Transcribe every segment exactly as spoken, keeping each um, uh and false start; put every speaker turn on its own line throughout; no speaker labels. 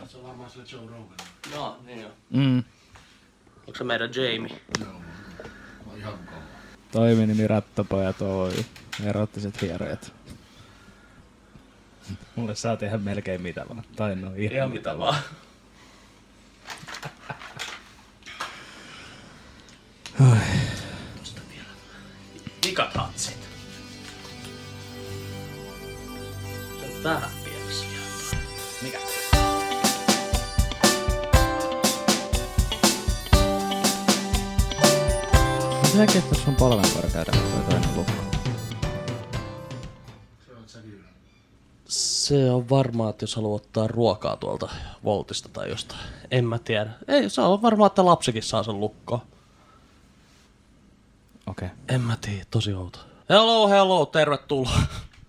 Se on varmaan se Joe Rogan.
Joo, niin joo.
Mm.
Onko se meidän Jamie?
Joo, mä oon ihan mukava.
Toiminimi Rattopojat Oy. Erottiset hierojat. Mulle saa tehdä melkein mitä vaan. Tai no ihan,
Ihan mitä vaan. Tuosta vielä. Ikat hatsit. Se on tähän pienessä vielä.
Mikä? Mitä kehtäis sun polven korkeudella toi toinen lukko?
Se on säkin.
Se on varmaa, että jos haluaa ottaa ruokaa tuolta Voltista tai jostain. En mä tiedä. Ei, se on varmaa, että lapsikin saa sen lukkoon.
Okei. Okay.
En mä tiedä, tosi outo. Hello, hello, tervetuloa.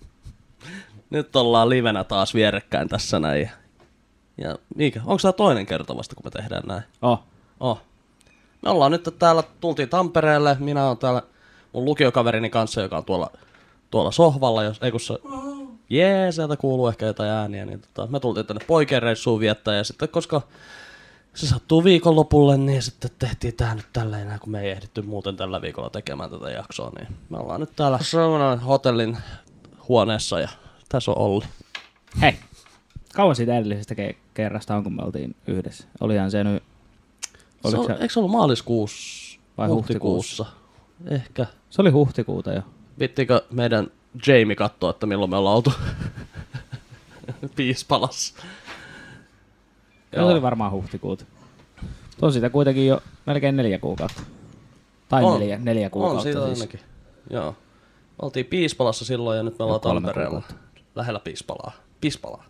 Nyt ollaan livenä taas vierekkäin tässä näin. Ja mikä? Onko tää toinen kerta vasta, kun me tehdään näin?
Oh.
Oh. Me ollaan nyt täällä, tultiin Tampereelle. Minä oon täällä mun lukiokaverini kanssa, joka on tuolla, tuolla sohvalla. Jos, ei kun se... Jee, sieltä kuuluu ehkä jotain ääniä. Niin tota, me tultiin tänne poikien reissuun viettää. Ja sitten koska se sattuu viikonlopulle, niin sitten tehtiin tää nyt tälleen enää, kun me ei ehditty muuten tällä viikolla tekemään tätä jaksoa. Niin me ollaan nyt täällä Saunan hotellin huoneessa ja tässä on Olli.
Hei! Kauan siitä edellisestä ke- kerrasta on, kun me oltiin yhdessä? Olihan se nyt...
Se on,
se...
Eikö se ollut maaliskuussa?
Vai huhtikuussa?
Ehkä.
Se oli huhtikuuta jo.
Vittikö meidän Jamie kattoo, että milloin me ollaan oltu Piispalassa?
Se oli varmaan huhtikuuta. On siitä kuitenkin jo melkein neljä kuukautta. Tai
on,
neljä, neljä kuukautta
on siitä
siis.
ainakin. Joo. Oltiin Piispalassa silloin ja nyt me ollaan Tampereella.
Kuukautta.
Lähellä Piispalaa. Piispalaa.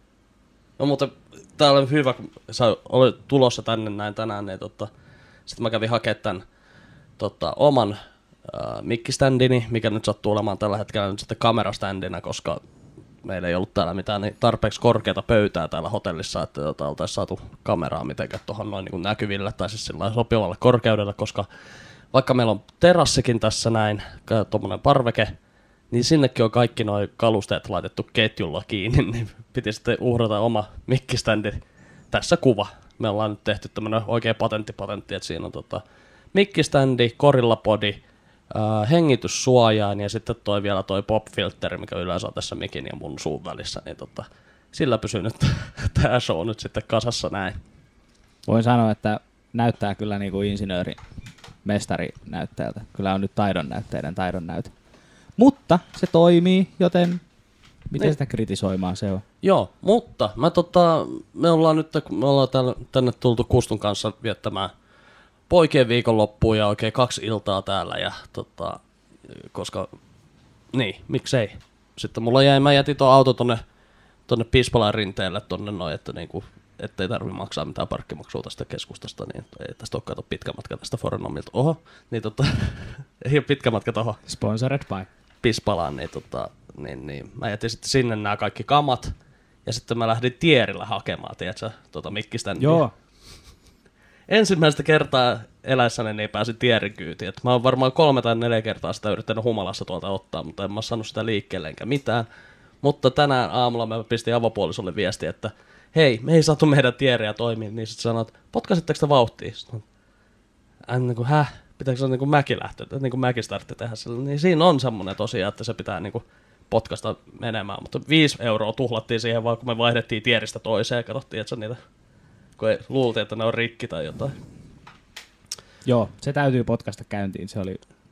No mutta tää oli hyvä, kun sä olit tulossa tänne näin tänään, niin tota, sitten mä kävin hakemaan tän tota, oman äh, mikkiständini, mikä nyt sattuu olemaan tällä hetkellä nyt sitten kameraständinä, koska meillä ei ollut täällä mitään niin tarpeeksi korkeata pöytää täällä hotellissa, että tota, oltaisiin saatu kameraa mitenkään tuohon noin niin näkyvillä tai siis sillä sopivalla korkeudella, koska vaikka meillä on terassikin tässä näin, tuommoinen parveke, niin sinnekin on kaikki nuo kalusteet laitettu ketjulla kiinni, niin piti sitten uhrata oma mikkiständi. Tässä kuva. Me ollaan nyt tehty tämmönen oikea patenttipatentti, että siinä on tota mikkiständi, korillapodi, äh, hengityssuojaan ja sitten toi vielä toi pop-filteri, mikä yleensä on tässä mikin ja mun suun välissä, niin tota, sillä pysyy nyt tää show nyt sitten kasassa näin.
Voin sanoa, että näyttää kyllä niin kuin insinööri mestari näyttäjältä. Kyllä on nyt taidon näytteiden taidon näyte. Mutta se toimii, joten miten
niin.
Sitä kritisoimaan se on?
Joo, mutta mä tota, me ollaan nyt, me ollaan täällä, tänne tultu Kustun kanssa viettämään poikien viikonloppuun ja oikein kaksi iltaa täällä ja tota, koska, niin, miksei. Sitten mulla jäi, mä jätin tuon auto tonne, tonne Piispalan rinteelle tonne noin, että niinku, ettei tarvi maksaa mitään parkkimaksua tästä keskustasta, niin ei tästä ole kato pitkä matka tästä Forenomilta. Oho, niin tota, ei ole pitkä matka tohon.
Sponsored by.
Pispalaan, niin, tota, niin, niin mä jätin sitten sinne nämä kaikki kamat, ja sitten mä lähdin tierillä hakemaan, tiedätkö, tuota mikkiständiä.
Joo.
Ensimmäistä kertaa eläessäni niin pääsin tierin kyytiin, että mä oon varmaan kolme tai neljä kertaa sitä yrittänyt humalassa tuolta ottaa, mutta en mä saanut sitä liikkeelle enkä mitään. Mutta tänään aamulla mä pistin avopuolisolle viestiä, että hei, me ei saatu meidän tieriä toimia, niin sitten sanoit, että potkaisitteko sitä vauhtia? Sitten niin kuin, häh? Pitääkö se olla niin kuin mäkilähtö, niin kuin mäkistartti tehdä sille, niin siinä on semmoinen tosiaan, että se pitää niin kuin potkasta menemään, mutta viisi euroa tuhlattiin siihen vaan, kun me vaihdettiin tieristä toiseen ja katsottiin, että se niitä, kun ei, luultiin, että ne on rikki tai jotain.
Joo, se täytyy potkasta käyntiin, se oli...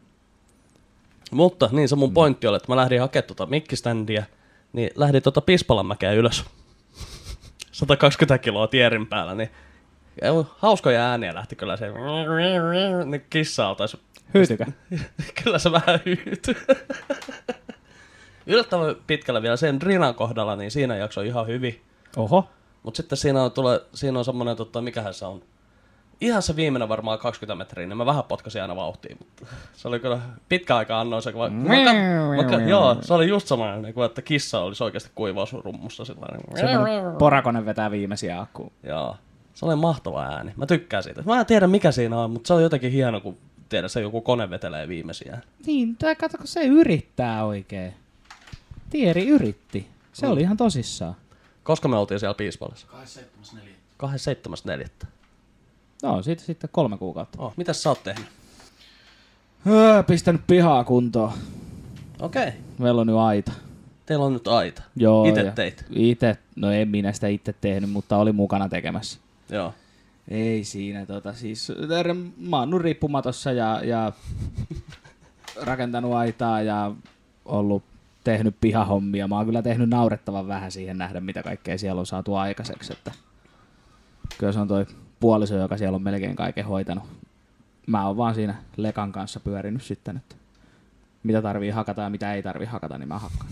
Mutta niin se mun pointti oli, että mä lähdin hakemaan tuota mikkiständiä, niin lähdin tuota Pispalanmäkeä ylös. sata kaksikymmentä kiloa tierin päällä, niin hauskoja ääniä lähti kyllä se, niin kissa altaisi.
Hyytykö?
Kyllä se vähän hyytyi. Yllättävän pitkällä vielä sen rinan kohdalla, niin siinä jaksoi ihan hyvin.
Oho.
Mutta sitten siinä on, tulee, siinä on semmoinen, tota, mikähän se on, ihan se viimeinen varmaan kaksikymmentä metriä, niin mä vähän potkasin aina vauhtiin, mutta se oli kyllä pitkä aika annoin se, kun mä, mä, mä, mä, joo, se oli just semmoinen, niin kuin, että kissa olisi oikeasti kuivausrummussa.
Semmoinen porakone vetää viimeisiä akkuun.
Joo, se oli mahtava ääni, mä tykkään siitä. Mä en tiedä mikä siinä on, mutta se on jotenkin hieno, kun tiedä, se joku kone vetelee viimeisiä.
Niin, tai kato, kun se yrittää oikein. Tieri yritti, se mm. oli ihan tosissaan.
Koska me oltiin siellä Piispalassa?
kahdeskymmenesseitsemäs neljättä.
kahdeskymmenesseitsemäs neljättä.
No, siitä sitten kolme kuukautta.
Oh, mitäs sä oot tehnyt?
Öö, pistänyt pihaa kuntoon.
Okei. Okay.
Meillä on nyt aita.
Teillä on nyt aita.
Joo.
Ite
ja
teit?
Ite, no en minä sitä itse tehnyt, mutta oli mukana tekemässä.
Joo.
Ei siinä, tota siis, mä oon nyt riippumatossa ja, ja rakentanut aitaa ja ollut tehnyt pihahommia. Mä oon kyllä tehnyt naurettavan vähän siihen nähdä, mitä kaikkea siellä on saatu aikaiseksi. Että kyllä se on toi puoliso, joka siellä on melkein kaiken hoitanut. Mä oon vaan siinä lekan kanssa pyörinyt sitten, että mitä tarvii hakata ja mitä ei tarvii hakata, niin mä hakkaan.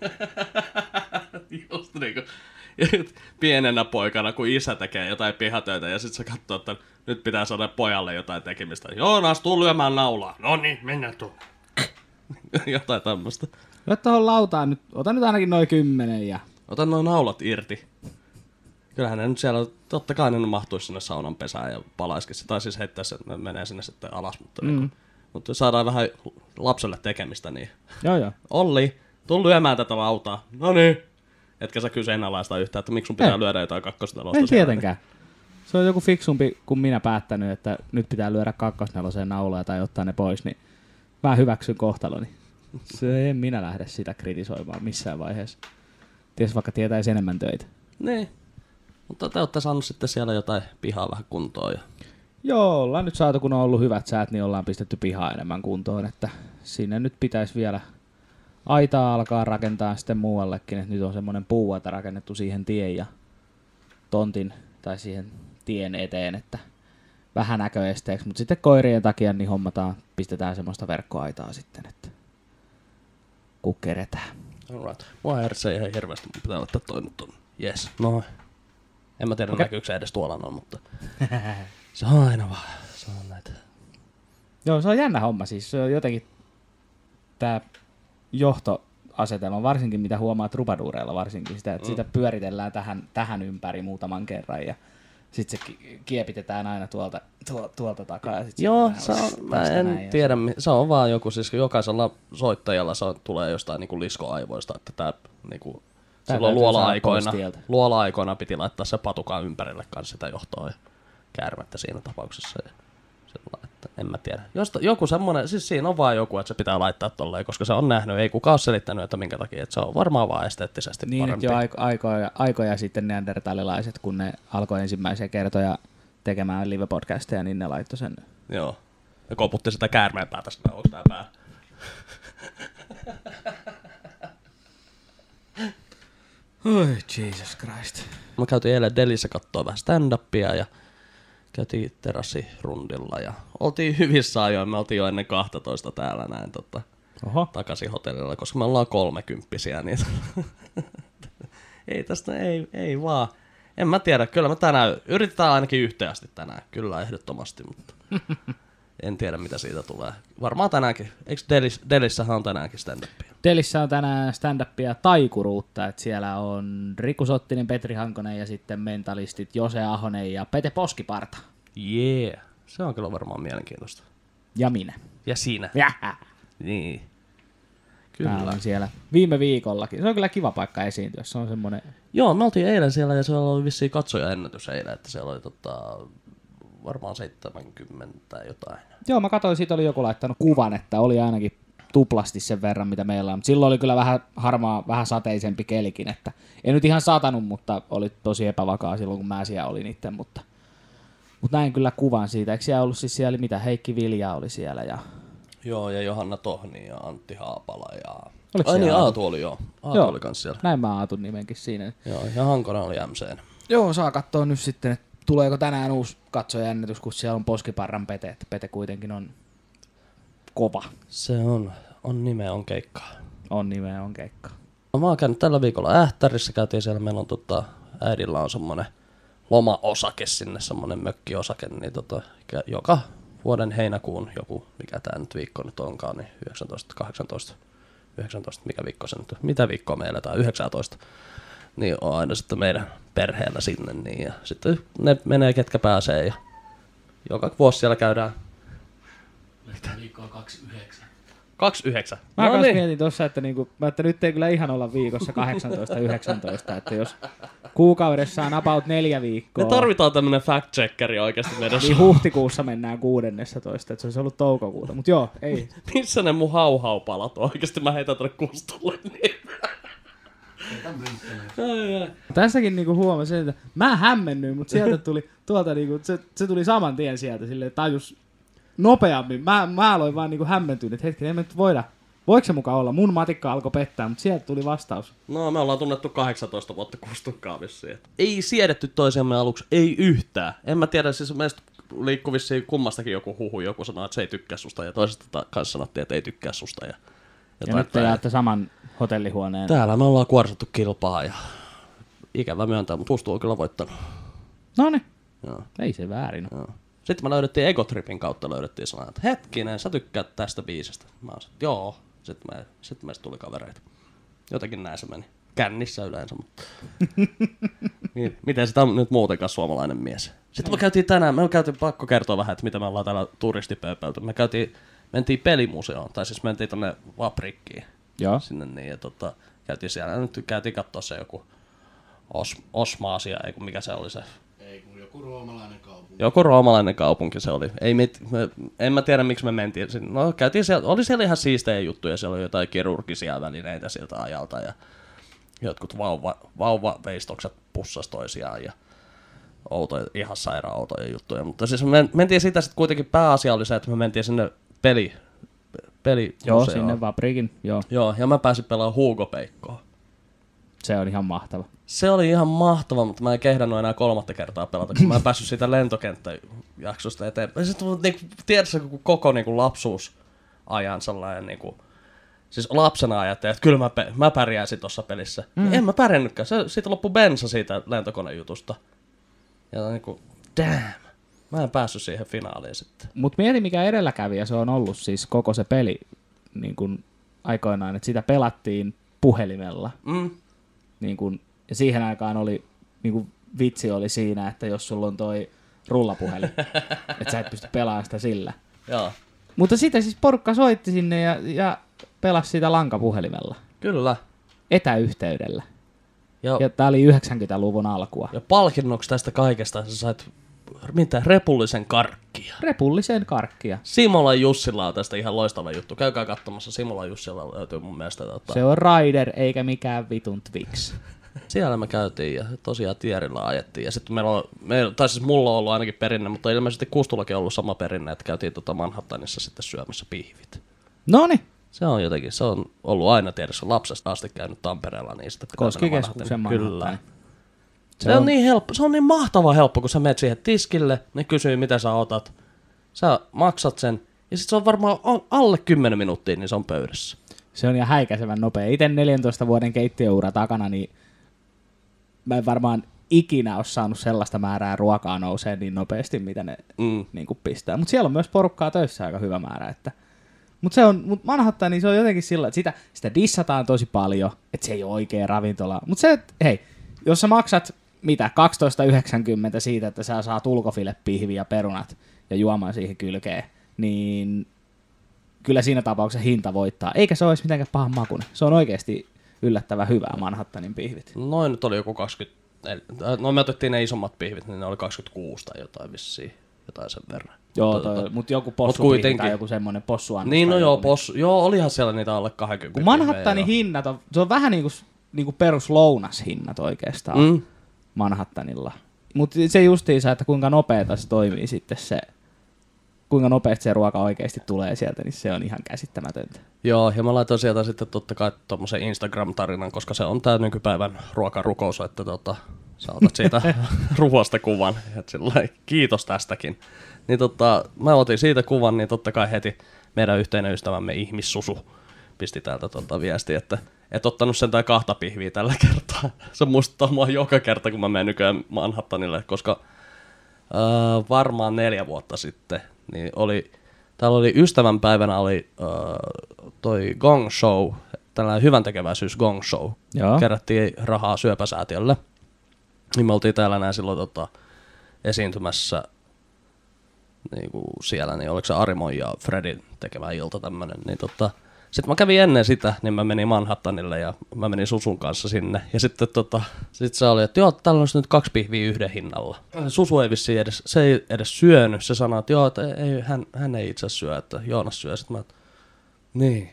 Just niinku pienenä poikana, kun isä tekee jotain pihatöitä ja sit sä katsoo, että nyt pitää saada pojalle jotain tekemistä. Joonas, tuu lyömään naulaa. No niin, mennään tuonne. Jotain tämmöstä.
Nyt tuohon lautaan nyt, ota nyt ainakin noin kymmenen ja...
Ota noin naulat irti. Kyllähän ne nyt siellä, totta kai ne mahtuisi sinne saunan pesään ja palaisikin se, tai siis heittää se, ne menee sinne sitten alas, mutta, mm. niin, mutta saadaan vähän lapselle tekemistä, niin
Joo joo.
Olli, tuu lyömään tätä lautaa. No niin. Etkä sä kyseenalaista yhtään, että miksi sun pitää
Ei.
lyödä jotain kakkosnelosta.
En tietenkään. Se on joku fiksumpi kuin minä päättänyt, että nyt pitää lyödä kakkosneloseen nauloja tai ottaa ne pois, niin mä hyväksyn kohtaloni. Se en minä lähde sitä kritisoimaan missään vaiheessa. Ties vaikka tietäisi enemmän töitä.
Niin. Mutta te olette saanut sitten siellä jotain pihaa vähän kuntoon. Ja...
Joo, ollaan nyt saatu, kun on ollut hyvät säät, niin ollaan pistetty pihaa enemmän kuntoon, että sinne nyt pitäisi vielä aitaa alkaa rakentaa sitten muuallekin, että nyt on semmoinen puuaita rakennettu siihen tien ja tontin tai siihen tien eteen, että vähän näköesteeksi, mutta sitten koirien takia niin hommataan, pistetään semmoista verkkoaitaa sitten, että kun keretään.
Alright. Mua häiritsee ihan hirveästi, mun pitää ottaa toi nyt on. Yes, noin. En mä tiedä,
Okei.
näkyykö se edes tuolla noin, mutta se on aina vaan, se on näitä.
Joo, se on jännä homma siis, se on jotenkin tää johtoasetelma, varsinkin mitä huomaa trubaduureilla varsinkin, sitä, että mm. sitä pyöritellään tähän, tähän ympäri muutaman kerran ja sitten se ki- kiepitetään aina tuolta, tuolta, tuolta takaa. Ja sit
Joo,
se
se on, mä en tiedä, mi- se on vaan joku, siis jokaisella soittajalla se on, tulee jostain niinku liskoaivoista, että tää niinku,
Tää
silloin
täytyy saada
luola-aikoina,
pois tieltä.
luola-aikoina piti laittaa se patukan ympärille kanssa sitä johtoa ja käärmettä siinä tapauksessa. Ja sillä, että en mä tiedä. Josta, joku semmonen, siis siinä on vaan joku, että se pitää laittaa tolleen, koska se on nähnyt, ei kukaan ole selittänyt, että minkä takia, että se on varmaan vaan esteettisesti
niin,
parempi.
Niin, että jo aikoja, aikoja sitten neandertalilaiset, kun ne alkoi ensimmäisiä kertoja tekemään live-podcasteja, niin ne laittoi sen.
Joo. Ja koputti sitä käärmeen päätä, sitten onko tää pää?
Oi, Jesus Christ.
Mä käytiin eilen Delissä kattoo vähän stand-upia ja käytiin terassirundilla ja oltiin hyvissä ajoin. Me oltiin jo ennen kaksitoista täällä näin tota,
Oho.
takaisin hotellilla, koska me ollaan kolmekymppisiä. Niin ei tästä, ei, ei vaan. En mä tiedä, kyllä me tänään, yritetään ainakin yhteen asti tänään, kyllä ehdottomasti, mutta en tiedä mitä siitä tulee. Varmaan tänäänkin, eikö Delis, Delissähän on tänäänkin stand-upia?
Delissä on tänään stand-upia taikuruutta, että siellä on Riku Sottinen, Petri Hankonen ja sitten mentalistit Jose Ahonen ja Pete Poskiparta.
Yeah, se on kyllä varmaan mielenkiintoista.
Ja minä.
Ja siinä.
Jähä.
Niin.
Mä
Kyllä.
olin siellä viime viikollakin. Se on kyllä kiva paikka esiintyä. Se on semmoinen...
Joo, me oltiin eilen siellä ja siellä oli vissiin katsojaennätys eilen, että siellä oli tota, varmaan seitsemänkymmentä jotain.
Joo, mä katsoin, siitä oli joku laittanut kuvan, että oli ainakin tuplasti sen verran, mitä meillä on. Mutta silloin oli kyllä vähän harmaa, vähän sateisempi kelikin, että ei nyt ihan satanut, mutta oli tosi epävakaa silloin, kun mä siellä olin itse, mutta, mutta näin kyllä kuvan siitä. Eikö siellä ollut siis siellä mitä, Heikki Vilja oli siellä ja...
Joo, ja Johanna Tohni ja Antti Haapala ja...
Oliko
Ai niin,
siellä
Aatu oli joo. Aatu
Joo.
oli kans siellä.
Näin mä Aatun nimenkin siinä.
Joo, ja Hankonen oli M C:n.
Joo, saa katsoa nyt sitten, että tuleeko tänään uusi katsojännitys, kun siellä on Poskiparran Pete, että Pete kuitenkin on kova.
Se on, on nimeä, on keikkaa.
On nimeä, on keikka.
No, mä oon käynyt tällä viikolla Ähtärissä, käytiin siellä, meillä on tota, äidillä on semmonen loma-osake sinne, semmonen mökkiosake, niin tota, joka vuoden heinäkuun joku, mikä tää nyt viikko nyt onkaan, niin yhdeksäntoista, kahdeksantoista, yhdeksäntoista, mikä viikko se nyt on, mitä viikkoa me eletään, yhdeksäntoista, niin on aina sitten meidän perheellä sinne, niin ja sitten ne menee ketkä pääsee ja joka vuosi siellä käydään
Lehti viikkoa kaksikymmentäyhdeksän.
kaksikymmentäyhdeksän.
Mä
No
kans
niin.
mietin tossa, että, niinku, mä, että nyt ei kyllä ihan olla viikossa kahdeksantoista yhdeksäntoista, että jos kuukaudessa on about neljä viikkoa,
Me tarvitaan tämmönen fact-checkeri oikeasti meidän
niin huhtikuussa mennään kuudennessatoista, että se olisi ollut toukokuuta. Mut joo, ei.
Missä ne mun hauhaupalat on? Oikeesti mä heitän tonne kustulle. Niin.
Heitä myyttelee.
Ai, ai.
Tässäkin niinku huomasin, että mä hämmennyin, mutta sieltä tuli, tuolta niinku, se, se tuli saman tien sieltä, silleen tajus nopeammin. Mä, mä aloin vaan niinku hämmentyä, että hetken, ei me nyt voida. Voiko se mukaan olla? Mun matikka alkoi pettää, mutta sieltä tuli vastaus.
No me ollaan tunnettu kahdeksantoista vuotta kustukkaa vissiin. Ei siedetty toisiamme aluksi, ei yhtään. En mä tiedä, siis meistä liikkui vissiin kummastakin joku huhu, joku sanoi, että se ei tykkää susta ja toisesta ta- kanssa sanottiin, että ei tykkää susta. Ja,
Ja nyt te jaatte saman hotellihuoneen.
Täällä me ollaan kuorsattu kilpaa ja ikävä myöntää, mutta Kustu on kyllä voittanut.
Noniin,
Joo,
ei se väärin ole.
joo. Sitten me löydettiin Egotripin kautta löydettiin sanoa, että hetkinen, sä tykkäät tästä biisestä. Mä oon että joo. Sitten me, sitten meistä tuli kavereita. Jotenkin näin se meni. Kännissä yleensä, mutta... niin, miten sitä on nyt muutenkaan suomalainen mies? Sitten me käytiin tänään, me käytiin pakko kertoa vähän, että mitä me ollaan täällä turistipööpöltä. Me käytiin, mentiin pelimuseoon, tai siis mentiin tonne Vaprikkiin.
Joo.
Sinne niin, ja tota, käytiin siellä, nyt käytiin katsoa se joku Os, Osma-asia, ei kun mikä se oli se.
Ei kun joku roomalainen kaupunki.
Joku roomalainen kaupunki se oli. Ei mit, me, en mä tiedä miksi me mentiin sinne. No käytiin siellä, oli siellä ihan siistejä juttuja, siellä oli jotain kirurgisia välineitä siltä ajalta ja jotkut vauva, vauvaveistokset pussas toisiaan ja outoja, ihan sairaan outoja juttuja. Mutta siis me mentiin sitä sitten kuitenkin pääasia oli se, että me mentiin sinne peli, peli
Joo, sinne Vaprikin, joo.
Joo, ja mä pääsin pelaamaan Hugo Peikkoa.
Se on ihan mahtava.
Se oli ihan mahtava, mutta mä en kehdannut enää kolmatta kertaa pelata, kun mä en päässyt siitä lentokenttäjaksosta eteenpäin. Sitten niinku, tiedätkö, kun koko niinku, lapsuusajan sellainen, niinku, siis lapsena ajattelin, että kyllä mä, pe- mä pärjäisin tuossa pelissä. Mm. En mä pärjännytkään, se, siitä loppui bensa siitä lentokonejutusta. Ja niinku, damn, mä en päässyt siihen finaaliin sitten.
Mut mieti mikä edelläkävijä se on ollut siis koko se peli niin kun aikoinaan, että sitä pelattiin puhelimella.
Mm.
Niin kun, ja siihen aikaan oli, niin kun vitsi oli siinä, että jos sulla on toi rullapuhelin, että sä et pysty pelaamaan sitä sillä.
Joo,
Mutta sitten siis porukka soitti sinne ja, ja pelasi sitä lankapuhelimella,
kyllä.
etäyhteydellä.
Ja,
Ja tää oli yhdeksänkymmentäluvun alkua.
ja palkinnoksi tästä kaikesta sä sait mitä, repullisen karkkia.
Repulliseen karkkia.
Simolan Jussilla on tästä ihan loistava juttu. Käykää katsomassa. Simolan Jussilla löytyy mun mielestä. Tota...
Se on Raider eikä mikään vitun Twix.
Siellä me käytiin ja tosiaan Tierillä ajettiin. Ja sitten meillä on, meillä, tai siis mulla on ollut ainakin perinne, mutta ilmeisesti Kustullakin on ollut sama perinne, että käytiin tota Manhattanissa sitten syömässä pihvit.
Noniin.
Se on jotenkin, se on ollut aina tiedossa lapsesta asti käynyt Tampereella, niin sitten pitää mennä
Koskikeskuksen
Manhattanin.
Manhattan.
Kyllä. Se, se on, on niin helppo, se on niin mahtava helppo, kun sä menet siihen tiskille, ne kysyy mitä sä otat, sä maksat sen, ja sit se on varmaan alle kymmenen minuuttia, niin se on pöydässä.
Se on ihan häikäisevän nopea. Itse neljäntoista vuoden keittiöura takana, niin mä en varmaan ikinä ole saanut sellaista määrää ruokaa nousee niin nopeasti, mitä ne
Mm.
niin kuin pistää. Mutta siellä on myös porukkaa töissä aika hyvä määrä. Että... Mutta se on, mut Manhattan, niin se on jotenkin sillä, että sitä, sitä dissataan tosi paljon, että se ei ole oikea ravintola. Mutta se, että hei, jos sä maksat mitä, kaksitoista yhdeksänkymmentä siitä, että sä saat ulkofilepihviä, perunat ja juomaan siihen kylkeen, niin kyllä siinä tapauksessa hinta voittaa. Eikä se olisi mitenkään pahan makuinen. Se on oikeasti yllättävän hyvää Manhattanin pihvit.
Noin nyt oli joku kaksikymmentä, no me otettiin ne isommat pihvit, niin ne oli kaksikymmentäkuusi tai jotain vissiin, jotain sen verran.
Joo,
Mutta
toi,
tota-
mutta joku
mut
possu
kuitenkin.
tai joku semmoinen possuannos.
Niin no
tai
joo,
joku,
pos, joo, olihan siellä niitä alle kaksikymmentä.
Kun Manhattanin hinnat on, se on vähän niinku, niinku perus lounashinnat oikeastaan
Mm.
Manhattanilla. Mutta se justiinsa, että kuinka nopeeta se toimii sitten se, kuinka nopeasti se ruoka oikeasti tulee sieltä, niin se on ihan käsittämätöntä.
Joo, ja mä laitoin sieltä sitten totta kai tommosen Instagram-tarinan, koska se on tää nykypäivän ruokarukous, että tota, sä otat siitä ruoasta kuvan. Et sillai, kiitos tästäkin. Niin tota, mä otin siitä kuvan, niin totta kai heti meidän yhteinen ystävämme Ihmissusu pisti täältä tota viestiä, että et ottanut sentään kahta pihviä tällä kertaa. Se muistuttaa mua joka kerta, kun mä menen nykyään Manhattanille, koska äh, varmaan neljä vuotta sitten niin oli, täällä oli ystävänpäivänä oli äh, toi Gong Show, tällainen hyvän tekeväisyys Gong Show.
Joo.
Kerättiin rahaa syöpäsäätiölle. Niin me oltiin täällä näin silloin tota, esiintymässä niin kuin siellä, niin oliko se Arimon ja Fredin tekemä ilta tämmönen, niin tota, Sitten mä kävin ennen sitä, niin mä menin Manhattanille ja mä menin Susun kanssa sinne. Ja sitten tota, sit se oli, että joo, täällä olisi nyt kaksi pihviä yhden hinnalla. Susu ei vissiin edes, se ei edes syönyt. Se sanoi, että joo, että ei, hän, hän ei itse syö, että Joonas syö. Sitten mä, että niin.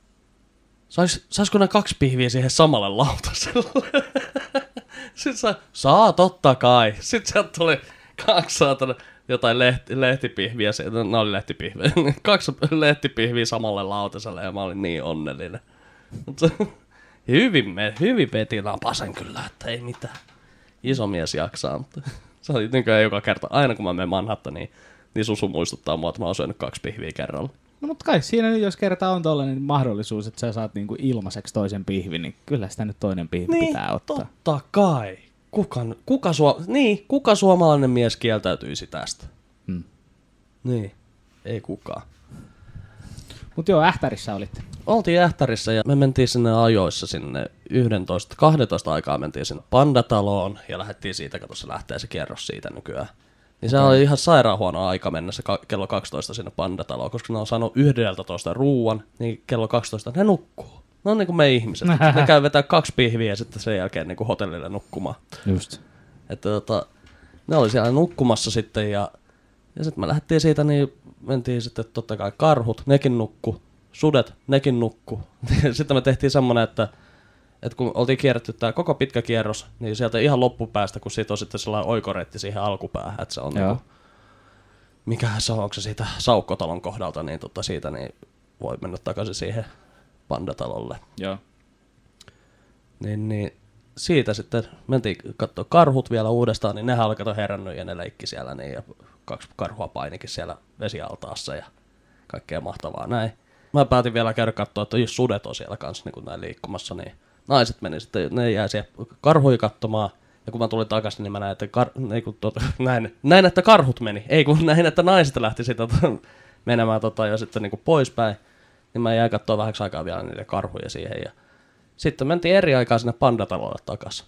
Sais, saisiko nämä kaksi pihviä siihen samalle lautaselle? Sitten sa, saa totta kai. Sitten sieltä tuli kaksi saatana jotain lehti, lehtipihviä, ne oli lehtipihviä, kaksi lehtipihviä samalle lautaselle ja mä olin niin onnellinen. Mutta hyvin, me, hyvin veti napasen kyllä, että ei mitään. Iso mies jaksaa, mutta se oli nykyään joka kerta, aina kun mä menen Manhattaniin, niin Susu muistuttaa mua, että mä oon syönyt kaksi pihviä kerralla. No
mutta kai siinä nyt, jos kerta on tollainen mahdollisuus, että sä saat niinku ilmaiseksi toisen pihvin, niin kyllä sitä nyt toinen pihvi
niin,
pitää ottaa.
Totta kai. Kuka, kuka, suo, niin, kuka suomalainen mies kieltäytyisi tästä?
Hmm.
Niin, ei kukaan.
Mut joo, Ähtärissä olitte.
Oltiin Ähtärissä ja me mentiin sinne ajoissa sinne yksitoista kaksitoista aikaa mentiin sinne Pandataloon ja lähdettiin siitä, kato se lähtee se kierros siitä nykyään. Niin se okay. oli ihan sairaan huono aika mennä se ka- kello kaksitoista sinne Pandataloon, koska ne on saanut yksitoista ruuan, niin kello kaksitoista ne nukkuu. Ne on niin kuin me ihmiset. Ne käy vetää kaksi pihviä ja sitten sen jälkeen niin kuin hotellille nukkumaan.
Just.
Että tota, ne oli siellä nukkumassa sitten ja, ja sitten me lähdettiin siitä, niin mentiin sitten totta kai karhut, nekin nukku, sudet, nekin nukku. Sitten me tehtiin semmoinen, että, että kun oltiin kierretty tämä koko pitkä kierros, niin sieltä ihan loppupäästä, kun siitä on sitten sellainen oikoreitti siihen alkupäähän, että se on niin kuin, mikähän se on, onko se siitä Saukkotalon kohdalta, niin tota siitä niin voi mennä takaisin siihen Pandatalolle.
Joo.
Niin, niin siitä sitten mentiin katsoa karhut vielä uudestaan, niin nehän oli kato herännyt ja ne leikki siellä niin, ja kaksi karhua painikin siellä vesialtaassa ja kaikkea mahtavaa näin. Mä päätin vielä käydä katsoa, että jos sudet on siellä kanssa niin kun näin liikkumassa, niin naiset meni sitten, ne jäi siihen karhuja katsomaan. Ja kun mä tulin takaisin, niin mä näin, että, kar- ei, kun tuota, näin, näin, että karhut meni. Ei kun näin, että naiset lähti siitä menemään tota, jo sitten niin kuin poispäin. Niin mä jäin katsoa vähäksi aikaa vielä niitä karhuja siihen. Ja sitten mentiin eri aikaa sinne Pandatalolle takaisin.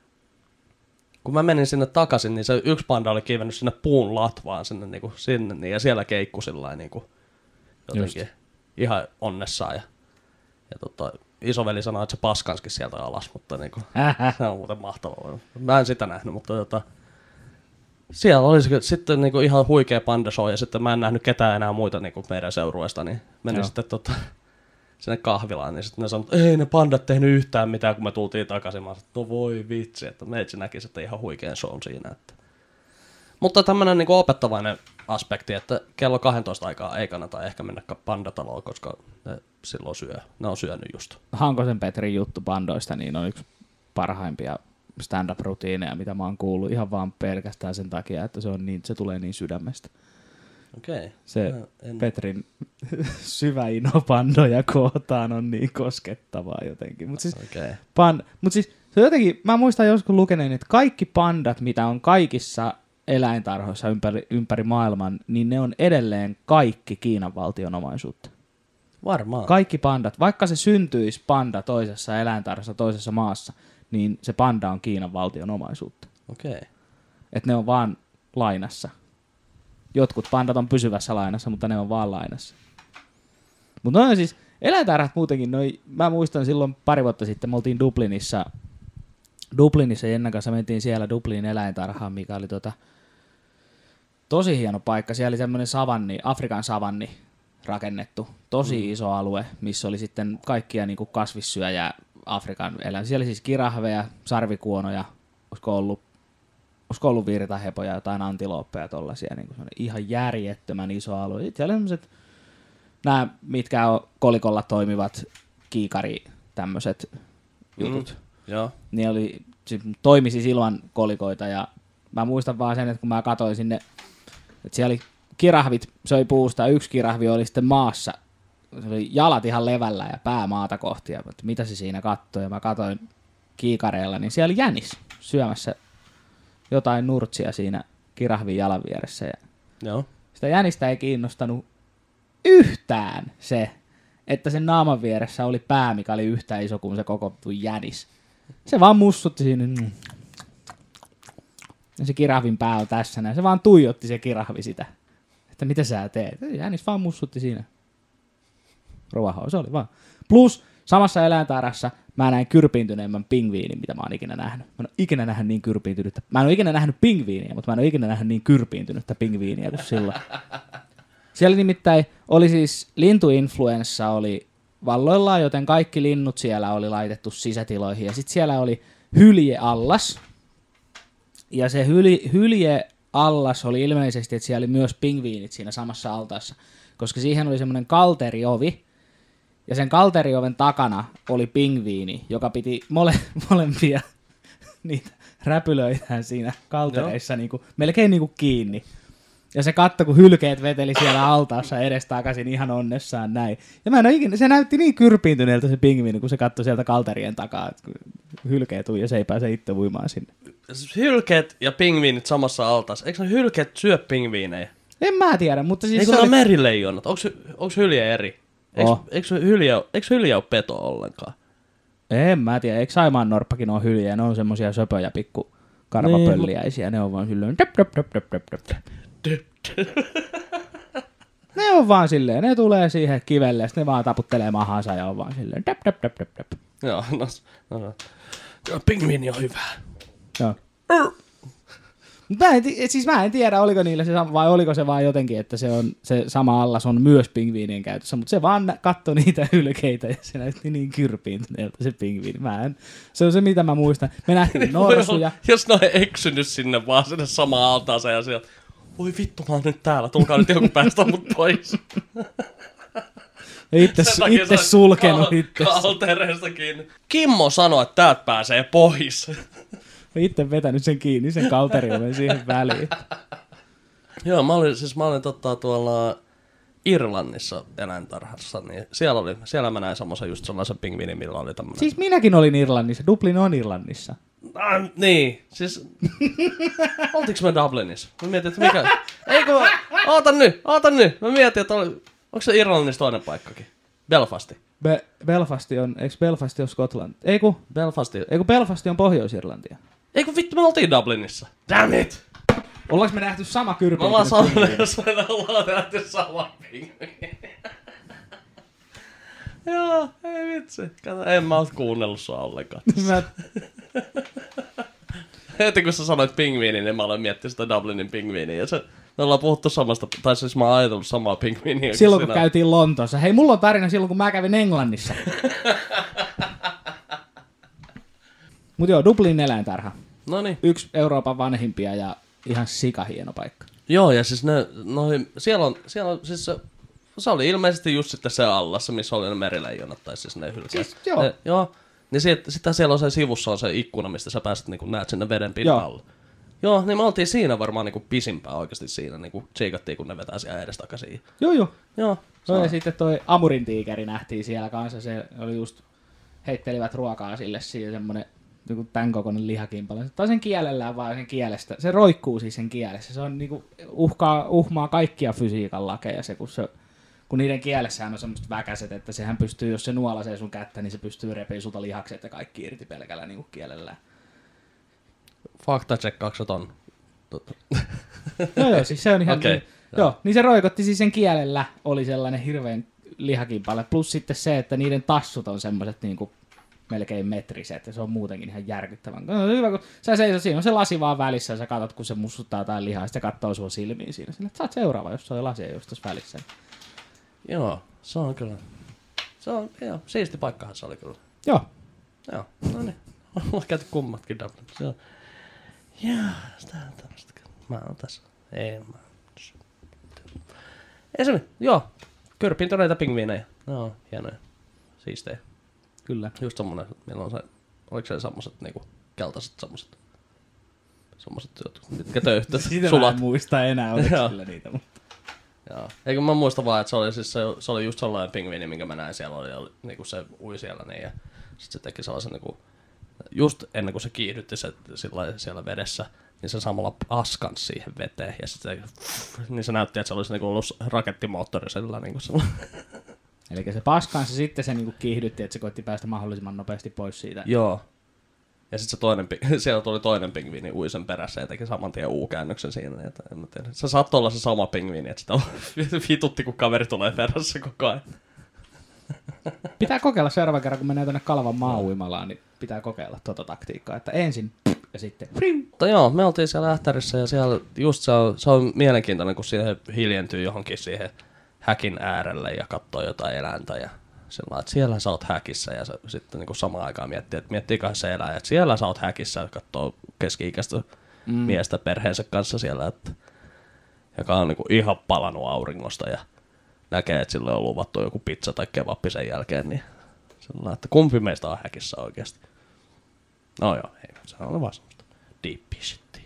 Kun mä menin sinne takaisin, niin se yksi panda oli kiivennyt sinne puun latvaan sinne, niin kuin, sinne niin, ja siellä keikku sillä niin kuin, jotenkin just ihan onnessaan. Ja, ja tota, isoveli sanoi, että se paskanskin sieltä alas, mutta niin kuin, se on muuten mahtavaa. Mä en sitä nähnyt, mutta tota, siellä oli sitten niin kuin ihan huikea pandashow, ja sitten mä en nähnyt ketään enää muita niin kuin meidän seurueesta, niin menin joo sitten tota, sinne kahvilaan, niin sitten ne sanoi, että ei ne pandat tehnyt yhtään mitään, kun me tultiin takaisin. Mä sanoin, että no voi vitsi, että meitsi näki sitten ihan huikean shown siinä. Että. Mutta tämmöinen niin kuin opettavainen aspekti, että kello kaksitoista aikaa ei kannata ehkä mennä Pandataloon, koska ne silloin syö. Ne on syönyt just.
Hankosen Petrin juttu pandoista niin on yksi parhaimpia stand-up-rutiineja, mitä mä oon kuullut ihan vaan pelkästään sen takia, että se, on niin, se tulee niin sydämestä.
Okay.
Se en Petrin syvä ino pandoja kohtaan on niin koskettavaa jotenkin. Mutta siis,
okay.
pan, mut siis se jotenkin, mä muistan joskus lukeneen, että kaikki pandat, mitä on kaikissa eläintarhoissa ympäri, ympäri maailman, niin ne on edelleen kaikki Kiinan valtion omaisuutta.
Varmaan.
Kaikki pandat, vaikka se syntyisi panda toisessa eläintarhassa toisessa maassa, niin se panda on Kiinan valtion omaisuutta.
Okei. Okay.
Että ne on vaan lainassa. Jotkut pandat on pysyvässä lainassa, mutta ne on vaan lainassa. Mutta noin siis, eläintarhat muutenkin, noi, mä muistan silloin pari vuotta sitten, me oltiin Dublinissa, Dublinissa Jennan kanssa mentiin siellä Dublinin eläintarhaan, mikä oli tota, tosi hieno paikka. Siellä oli semmoinen savanni, Afrikan savanni rakennettu, tosi mm. iso alue, missä oli sitten kaikkia niin kuin kasvissyöjää Afrikan eläimiä. Siellä siis kirahveja, sarvikuonoja, olisiko ollut olisiko ollut virtahepoja, jotain antilooppeja tollaisia, niin kuin ihan järjettömän iso alue. Sitten siellä sellaiset, nämä mitkä on kolikolla toimivat kiikari tämmöiset jutut.
Mm, joo.
Niin oli, toimisi ilman kolikoita ja mä muistan vaan sen, että kun mä katsoin sinne, että siellä oli kirahvit, söi puusta, yksi kirahvi oli sitten maassa, se oli jalat ihan levällä ja pää maata kohti, ja että mitä se siinä katsoi, ja mä katsoin kiikareilla, niin siellä oli jänis syömässä jotain nurtsia siinä kirahvin jalan vieressä. Ja
joo.
Sitä jänistä ei kiinnostanut yhtään se, että sen naaman vieressä oli pää, mikä oli yhtä iso kuin se koko jänis. Se vaan mussutti siinä. Ja se kirahvin pää on tässä näin. Se vaan tuijotti se kirahvi sitä. Että mitä sä teet? Jänis vaan mussutti siinä. Ruohoa, se oli vaan. Plus samassa eläintarhassa mä näin kyrpiintyneemmän pingviinin, mitä mä oon ikinä nähnyt. Mä en ole ikinä nähnyt niin kyrpiintynyttä. Mä en ole ikinä nähnyt pingviiniä, mutta mä en ole ikinä nähnyt niin kyrpiintynyttä pingviiniä kuin silloin. Siellä nimittäin oli siis lintuinfluenssa oli valloillaan, joten kaikki linnut siellä oli laitettu sisätiloihin. Ja sitten siellä oli hyljeallas. Ja se hyli, hyljeallas oli ilmeisesti, että siellä oli myös pingviinit siinä samassa altaassa. Koska siihen oli semmoinen kalteriovi. Ja sen kalterioven takana oli pingviini, joka piti mole, molempia niitä räpylöitään siinä kaltereissa niinku, melkein niinku kiinni. Ja se katto, kun hylkeet veteli siellä altaassa edestakaisin ihan onnessaan näin. Ja mä en ole ikinä, se näytti niin kyrpiintyneeltä se pingviini, kun se katsoi sieltä kalterien takaa, että hylkeet ui ja se ei pääse itse uimaan sinne.
Hylkeet ja pingviinit samassa altaassa. Eikö ne hylkeet syö pingviinejä?
En mä tiedä, mutta siis...
Eikö
se
ne
oli...
ole merileijonat? Onko, onko hylje eri? Eikö,
Oh.
eikö, hylje, eikö hylje ole peto ollenkaan?
En mä tiedä, eikö Saimaan norppakin ole hyljiä? Ne on semmosia söpöjä pikku karvapölliäisiä. Ne on vaan silleen... Döp, döp, döp, döp, döp, döp. Ne on vaan silleen, ne tulee siihen kivelle ja sitten ne vaan taputtelee mahansa ja on vaan silleen... Döp, döp, döp, döp, döp.
Joo, no, no, no. Pingviini on hyvä.
Joo. Mä en, siis mä en tiedä, oliko niillä se sama, vai oliko se vaan jotenkin, että se, on, se sama allas on myös pingviinien käytössä, mutta se vaan katsoi niitä hylkeitä ja se näytti niin kyrpiintyneeltä se pingviini. Mä en, se on se, mitä mä muistan. Me nähtiin norsuja.
Jos ne on eksynyt sinne vaan sinne samaan altaansa ja sieltä, voi vittu, mä oon nyt täällä, tulkaa nyt joku päästä mut pois.
Itse, itse sulkenut
kal-
itse.
Kaltereesta kiinni. Kimmo sanoi, että täältä pääsee pois.
Itse vetänyt sen kiinni, sen kalterioven siihen väliin.
Joo, mä olin, siis mä olin totta, tuolla Irlannissa eläintarhassa, niin siellä, oli, siellä mä näin semmoisen just sellaisen pingviinin, millä oli tämmönen...
Siis minäkin olin Irlannissa, Dublin on Irlannissa.
Ah, niin, siis... Oltiinko me Dublinissa? Mä mietin, että mikä... Ei kun... Oota nyt, oota nyt! Mä mietin, että oli... Onko se Irlannissa toinen paikkakin? Belfasti.
Be- Belfasti on, eikö Belfasti ole Skotlanti? Ei kun,
Belfasti.
ei kun Belfasti on Pohjois-Irlantia.
Ei kun vittu, me oltiin Dublinissa. Damn it!
Ollaanko me nähty sama
Me
kyrpintynyt
ollaan
pingviini?
saanut, jos me ollaan nähty sama pingviini. Joo, ei vitsi. Kato, en mä oot kuunnellut sua ollenkaan.
Mä,
Heti kun sä sanoit pingviini, niin mä olen miettinyt sitä Dublinin pingviiniä. Ja se, me ollaan puhuttu samasta, tai siis mä oon ajatellut samaa pingviiniä.
silloin kun
sinä.
käytiin Lontoossa. Hei, mulla on tarina silloin, kun mä kävin Englannissa. Mut joo, Dublin eläintarha.
Noniin.
Yksi Euroopan vanhimpia ja ihan sikahieno paikka.
Joo, ja siis ne, noi, siellä on, siellä on, siis se, se oli ilmeisesti just sitten se allassa, missä oli ne merileijonat, tai siis ne hylkeet.
Siis, joo.
Ne, joo. Niin sit, sitten siellä on se sivussa on se ikkuna, mistä sä pääset, niin kun näet sinne veden pinnan
Joo.
alla. Joo, niin me oltiin siinä varmaan niin kuin pisimpää oikeasti siinä, niin kuin tsiikattiin, kun ne vetää siellä edestakaisin.
Joo, joo.
Joo.
No, ja sitten toi Amurin tiikeri nähtiin siellä kanssa. Se oli just, heittelivät ruokaa sille siinä semmonen joku tän kokoinen lihakimpale. Tai sen kielellään vaan sen kielestä. Se roikkuu siis sen kielessä. Se on niinku uhkaa, uhmaa kaikkia fysiikan lakeja se, kun se kun niiden kielessähän on semmoiset väkäset, että sehän pystyy, jos se nuolasee sun kättä, niin se pystyy repiä sulta lihakset ja kaikki irti pelkällä niinku kielellään.
Faktatsekkaukset on.
Joo, joo, siis se on ihan...
Okei,
niin, joo, niin se roikotti siis sen kielellä, oli sellainen hirveän lihakimpale. Plus sitten se, että niiden tassut on semmoiset niinku melkein metriset, ja se on muutenkin ihan järkyttävän. No, hyvä, kun sä seisot, siinä on se lasi vaan välissä, ja sä katsot, kun se mussuttaa jotain lihaa, ja sitten se katsoo sua silmiin siinä. Sillä, että sä oot seuraava, jos se on lasi just tässä välissä.
Joo, se on kyllä. Se on, joo, siisti paikkahan se oli kyllä.
Joo.
Joo, no niin. Ollaan käyty kummatkin Dublin. Se on. Joo, sitä on tämmöistä. Mä oon tässä. Ei, mä Ei se, joo. Kyrpintyneitä pingviinejä. No, hienoja. Siistejä.
Kyllä.
Just semmonen, meillä on se, oliko se semmoset niinku keltaiset semmoset. Semmoset, mitkä töyhtöt,
Sitä
sulat.
mä en muista enää, oliko
Joo.
sillä niitä. Mutta...
Joo. Eikö mä muista vaan, että se oli, siis se, se oli just sellainen pingviini, minkä mä näin siellä, oli, oli niinku se ui siellä niin, ja sit se teki sellaisen niinku, just ennen kuin se kiihdytti se sillä, siellä vedessä, niin se samalla askans siihen veteen, ja sit se, niin se näytti, että se olisi niinku ollut rakettimoottori sillä niinku sellainen.
Eli se paskansa sitten se niinku kiihdytti, että se koitti päästä mahdollisimman nopeasti pois siitä.
Joo. Ja sitten se toinen, siellä tuli toinen pingviini ui sen perässä ja teki saman tien U-käännöksen siinä. Että en mä tiedä. Se saattoi olla se sama pingviini, että sitä vitutti, kun kaveri tulee perässä koko ajan.
Pitää kokeilla seuraavan kerran, kun menee tuonne Kalvan maa-uimalaan, niin pitää kokeilla tuota taktiikkaa, että ensin ja sitten...
Mutta joo, me oltiin siellä Ähtärissä ja siellä just se on, se on mielenkiintoinen, kun siihen hiljentyy johonkin siihen häkin äärelle ja katsoo jotain eläintä ja sillä että siellä sä oot häkissä ja se, sitten niin kuin samaan aikaan miettii, että miettiiköhän se eläin, että siellä sä oot häkissä ja katsoo keski-ikäistä mm. miestä perheensä kanssa siellä, että, joka on niin kuin ihan palannut auringosta ja näkee, että sille on luvattu joku pizza tai kebappi sen jälkeen, niin sillä että kumpi meistä on häkissä oikeasti. No joo, ei, se on vaan semmoista deep shittiä.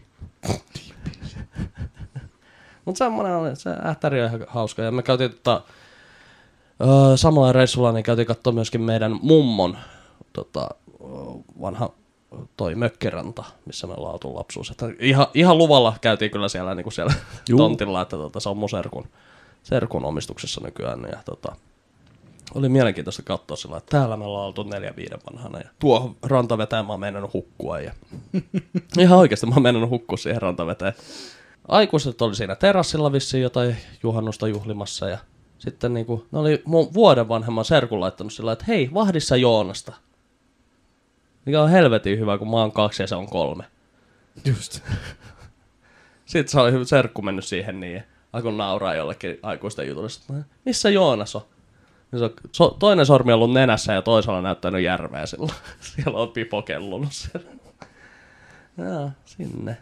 Mutta semmoinen oli, se Ähtäri on ihan hauska. Ja me käytiin tota, öö, samalla reissulla, niin käytiin katsoa myöskin meidän mummon tota, vanha toi mökkiranta, missä me ollaan oltu lapsuus. Että ihan, ihan luvalla käytiin kyllä siellä, niin kuin siellä tontilla, että tota, se on mun serkun, serkun omistuksessa nykyään. Ja, tota, oli mielenkiintoista katsoa sillä, että täällä me ollaan oltu neljä viiden vanhana. Ja tuohon rantaveteen mä oon meinannut hukkua. Ja ihan oikeasti mä oon meinannut hukkua siihen rantaveteen. Aikuiset oli siinä terassilla vissiin jotain juhannusta juhlimassa. Ja sitten niinku, ne oli mun vuoden vanhemman serkun laittanut sillä, että hei, vahdissa Joonasta. Mikä on helvetin hyvä, kun mä oon kaksi ja se on kolme.
Just.
Sitten se oli serkku mennyt siihen niin, alkoi nauraa jollekin aikuisten jutulle. Missä Joonas on? Se on so, toinen sormi on ollut nenässä ja toisella on näyttänyt järveä silloin. Siellä on pipo kellunut siellä. Jaa, sinne.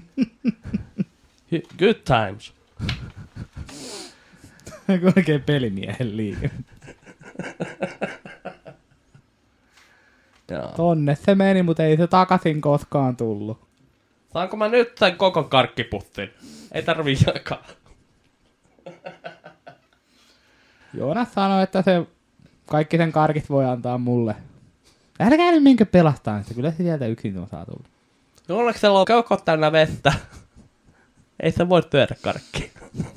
Good times.
Oikein pelimiehen liike. Tonne se meni, mutta ei se takaisin koskaan tullut.
Saanko mä nyt tän koko karkkiputtin? Ei tarvii jakaa.
Joonas sanoi, että se kaikki sen karkit voi antaa mulle. Älkää nyt minkö pelastaa, että kyllä se sieltä yksin on saatu.
Joonaksella on keuhkot täynnä vettä. Ei se voi työdä karkkiin.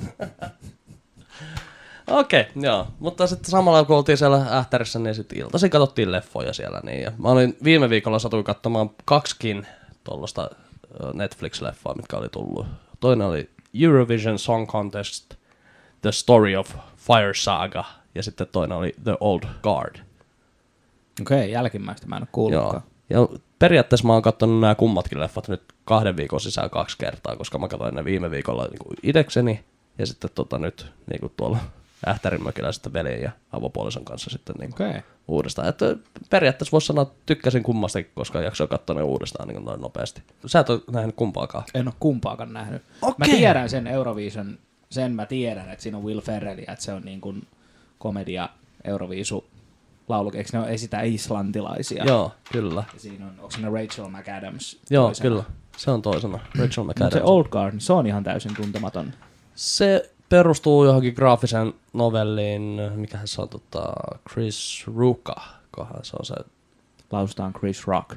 Okei, okay, joo. Mutta sitten samalla kun oltiin siellä Ähtärissä, niin sitten iltaisin katsottiin leffoja siellä. Niin. Ja mä olin viime viikolla satuin katsomaan kaksikin tuollaista Netflix-leffaa, mitkä oli tullut. Toinen oli Eurovision Song Contest, The Story of Fire Saga, ja sitten toinen oli The Old Guard.
Okei, okay, jälkimmäistä mä en ole kuullutkaan.
Joo. Ja periaatteessa mä oon katsonut nämä kummatkin leffat nyt kahden viikon sisään kaksi kertaa, koska mä katsoin ne viime viikolla niin kuin itekseni, ja sitten tota, nyt niin kuin tuolla Ähtärin mökillä sitten veljen ja avopuolison kanssa sitten niin
okay.
uudestaan. Että periaatteessa voisi sanoa, että tykkäsin kummastakin, koska jaksoin katsoa ne uudestaan niin noin nopeasti. Sä et ole nähnyt kumpaakaan?
En ole kumpaakaan nähnyt.
Okay.
Mä tiedän sen Eurovision, sen mä tiedän, että siinä on Will Ferrell ja että se on niin kuin komedia Euroviisu laulu. Eikö ne ole esitä islantilaisia?
Joo, kyllä.
Ja siinä on, onko siinä Rachel McAdams?
Joo,
toisena?
kyllä. Se on toisena. Rachel McAdams.
Se Old Guard, se on ihan täysin tuntematon.
Se perustuu johonkin graafiseen novelliin, mikähän se on, tota, Chris Ruka, kohan se on se.
Lausutaan Chris Rock.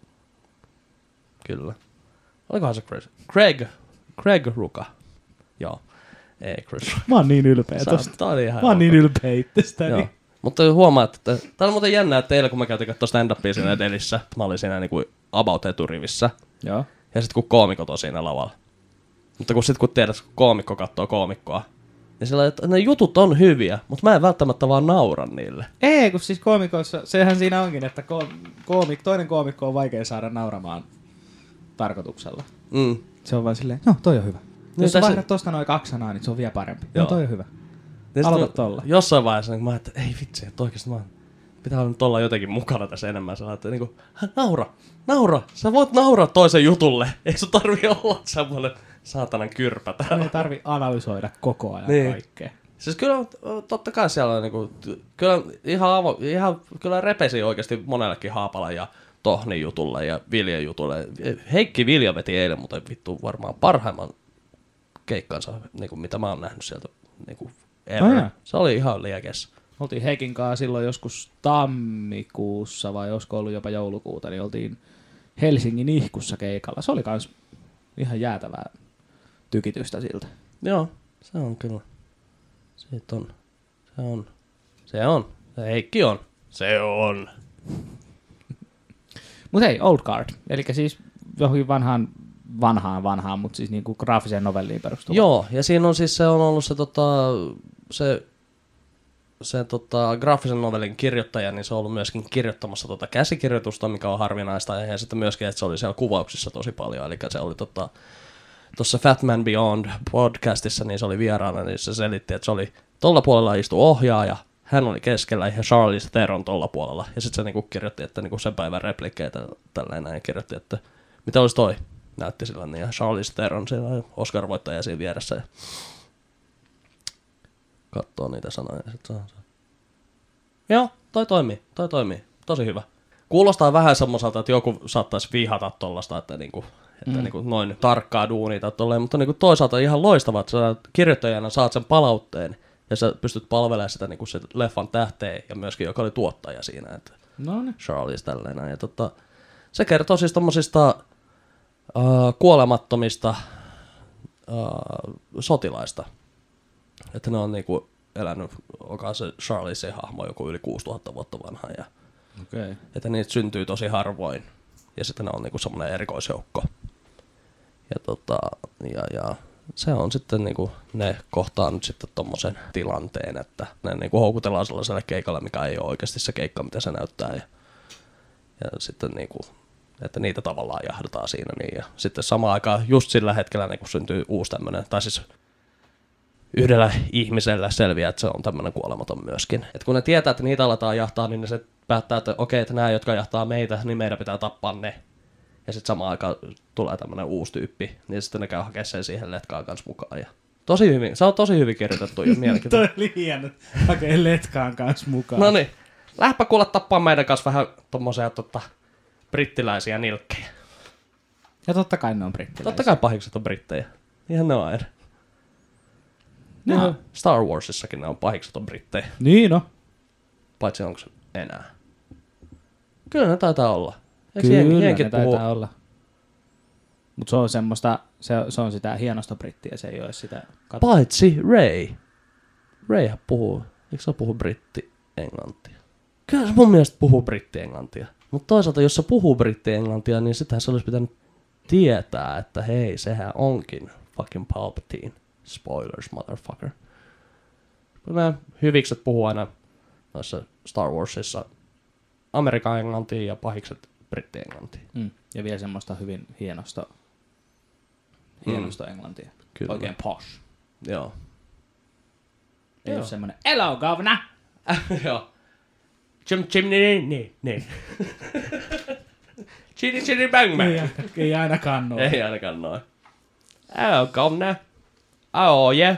Kyllä. Olikohan se Chris? Craig. Craig Ruka. Joo. Ei Chris.
Mä oon niin ylpeä tosta.
Tää oli ihan
Mä oon niin ylpeä itsestäni.
Joo. Mutta huomaat, että tää on muuten jännää, että teillä kun mä käytiin katsoa stand-upia siinä Delissä, mä olin siinä niinku about eturivissä.
Joo.
Ja sit kun koomikot on siinä lavalla. Mutta kun sit kun tiedät, kun koomikko katsoo koomikkoa, niin sillä että ne jutut on hyviä, mutta mä en välttämättä vaan naura niille.
Ei, kun siis koomikoissa, sehän siinä onkin, että koomik, toinen koomikko on vaikea saada nauramaan tarkoituksella.
Mm.
Se on vaan silleen, no toi on hyvä.
Niin
jos sä
tässä
vaihdat tosta noin kaksi sanaa, niin se on vielä parempi.
Joo.
No toi on hyvä.
Ja
aloita tolla.
Jossain vaiheessa niin mä ajattelin, että ei vitsi, että oikeesti mä pitää nyt olla jotenkin mukana tässä enemmän. Sä että niinku, naura, naura, sä voit nauraa toisen jutulle. Ei sun tarvii olla semmoinen saatanan kyrpä täällä.
Ei tarvi analysoida koko ajan
niin.
kaikkea.
Siis kyllä totta kai siellä on niinku, kyllä ihan, avo, ihan kyllä repesi oikeasti monellekin Haapalan ja Tohnin jutulle ja Viljan jutulle. Heikki Vilja veti eilen, mutta vittu varmaan parhaimman keikkansa, niinku, mitä mä oon nähnyt sieltä niinku, ever. Oh, se oli ihan liekessä.
Oltiin Heikin kanssa silloin joskus tammikuussa vai olisiko ollut jopa joulukuuta, niin oltiin Helsingin ihkussa keikalla. Se oli kans ihan jäätävää tykitystä siltä.
Joo, se on kyllä. Siitä on. Se on. Se on. Se Heikki on. Se on.
Mut hei, Old Guard. Elikkä siis johonkin vanhaan, vanhaan, vanhaan, mutta siis niinku graafiseen novelliin perustuva.
Joo, ja siinä on siis se on ollut se tota, se se tota, graafisen novelin kirjoittaja, niin se on ollut myöskin kirjoittamassa tota käsikirjoitusta, mikä on harvinaista, ja sitten myöskin, että se oli siellä kuvauksissa tosi paljon, eli se oli tota, tuossa Fat Man Beyond podcastissa, niin se oli vieraana, niin se selitti, että se oli tuolla puolella istu ohjaaja, hän oli keskellä ja Charlize Theron tuolla puolella, ja sitten se niinku kirjoitti, että niinku sen päivän replikkeitä tälleen näin, ja kirjoitti, että mitä olisi toi, näytti sillä niin, ja Charlize Theron, siellä on Oscar-voittaja siinä vieressä, ja katsoo niitä sanoja, ja sitten se on joo, toi toimii, toi toimii, tosi hyvä. Kuulostaa vähän semmoiselta, että joku saattaisi vihata tollasta, että, niinku, että mm. niinku noin tarkkaa duunia tai tolleen, mutta niinku toisaalta ihan loistavaa, että sä kirjoittajana saat sen palautteen ja sä pystyt palvelemaan sitä niinku se leffan tähteen ja myöskin joka oli tuottaja siinä, että
Noniin.
Charlize tälleen. Ja tota, se kertoo siis tommosista uh, kuolemattomista uh, sotilaista, että ne on niinku elänyt, onkaan se Charlize hahmo joku yli kuusituhatta vuotta vanha ja
okay.
että niitä syntyy tosi harvoin ja sitten ne on niinku semmoinen erikoisjoukko. Ja, tota, ja, ja se on sitten niinku, ne kohtaa nyt sitten tommosen tilanteen, että ne niinku houkutellaan sellaiselle keikalle, mikä ei ole oikeasti se keikka, mitä se näyttää. Ja, ja sitten niinku, että niitä tavallaan jahdataan siinä. Niin, ja sitten samaan aikaan just sillä hetkellä niinku syntyy uusi tämmönen, tai siis yhdellä ihmisellä selviää, että se on tämmöinen kuolematon myöskin. Et kun ne tietää, että niitä aletaan jahtaa, niin ne se päättää, että okei, että nämä, jotka jahtaa meitä, niin meidän pitää tappaa ne. Ja sitten samaan aikaan tulee tämmöinen uusi tyyppi, niin sitten ne käy hakemaan sen siihen letkaan kanssa mukaan. Ja tosi hyvin, se on tosi hyvin kirjoitettu ja mielenkiintoinen.
Toi oli hieno, hakee letkaan kanssa mukaan.
No niin, lähdepä kuule tappaa meidän kanssa vähän tommosia tota, brittiläisiä nilkkejä.
Ja totta kai ne on brittiläisiä.
Totta kai pahikset on brittejä. Ihan ne on aina.
No.
Star Warsissakin ne on pahikset on brittejä.
Niin no.
Paitsi onko se enää. Kyllä ne taitaa olla. Eikö
Kyllä
jenki,
ne
jenki
taitaa
puhuu?
olla. Mut se on semmoista, se, se on sitä hienosta brittiä, se ei ole sitä... Kat-
Paitsi Ray. Rayhän puhuu, eikö se puhu britti-englantia? Kyllä se mun mielestä puhuu britti-englantia. Mutta toisaalta, jos se puhuu britti-englantia, niin sitähän se olisi pitänyt tietää, että hei, sehän onkin fucking Palpatine. Spoilers, motherfucker. Nämä hyvikset puhuu aina noissa Star Warsissa Amerikan englantia ja pahikset britti-englantia.
Mm. Ja vielä semmoista hyvin hienosta, hienosta mm. englantia.
Kyllä.
Oikein posh.
Joo.
Ei
Joo.
ole semmoinen, hello governor!
Joo. Chim chim niin niin niin. Chitty chitty bang bang.
Ei, ei ainakaan noin.
Ei ainakaan noin. Hello governor. Oh yeah.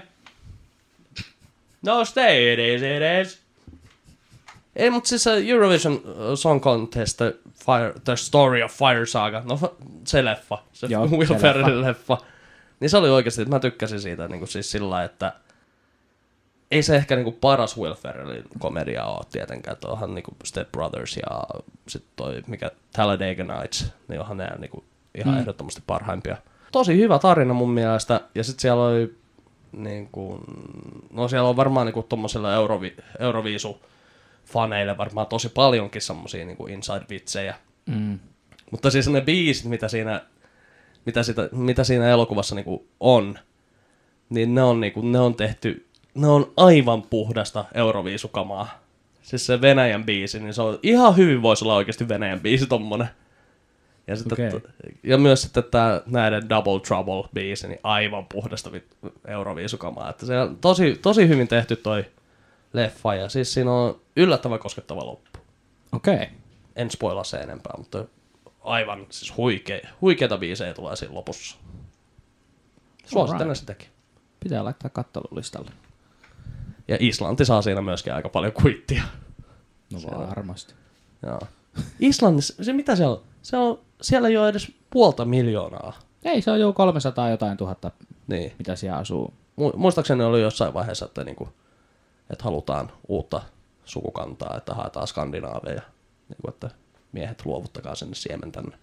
No stay it is, it is. Ei, mutta siis Eurovision Song Contest, the, Fire, the Story of Fire Saga, no se leffa, se
Joo,
Will
se
Ferrellin leffa. Niin se oli oikeasti, että mä tykkäsin siitä niin kuin siis sillä lailla, että ei se ehkä niin kuin paras Will Ferrellin komedia ole tietenkään, että onhan niin kuin Step Brothers ja sitten toi mikä Talladega Nights, niin onhan ne niin kuin ihan mm. ehdottomasti parhaimpia. Tosi hyvä tarina mun mielestä, ja sitten siellä oli niin kuin, no siellä on varmaan niin kuin tommosella Eurovi, Euroviisu faneille varmaan tosi paljonkin semmosia niinku inside-vitsejä.
Mm.
Mutta siis ne biisit, mitä siinä, mitä sitä, mitä siinä elokuvassa niinku on, niin ne on, niinku, ne on tehty, ne on aivan puhdasta euroviisukamaa. Siis se Venäjän biisi, niin se on ihan hyvin voisi olla oikeasti Venäjän biisi tommonen. Ja, sitten,
Okay.
ja myös sitten tää näiden Double Trouble-biisi, niin aivan puhdasta euroviisukamaa. Että se on tosi, tosi hyvin tehty toi leffa, ja siis siinä on yllättävän koskettava loppu.
Okei. Okay.
En spoilaa se enempää, mutta aivan siis huikea, huikeita biisejä tulee siinä lopussa. Suosittelen
Alright.
sitäkin.
Pitää laittaa kattelulistalle.
Ja Islanti saa siinä myöskin aika paljon kuittia.
No varmasti.
Joo. Islannissa, se mitä siellä on? Se on, siellä ei ole edes puolta miljoonaa.
Ei, se on jo kolmesataa jotain tuhatta,
Niin.
mitä siellä asuu.
Mu- Muistaakseni oli jossain vaiheessa, että, niinku, että halutaan uutta sukukantaa, että haetaan skandinaaveja. Niinku, että miehet luovuttakaa sinne siemen tänne.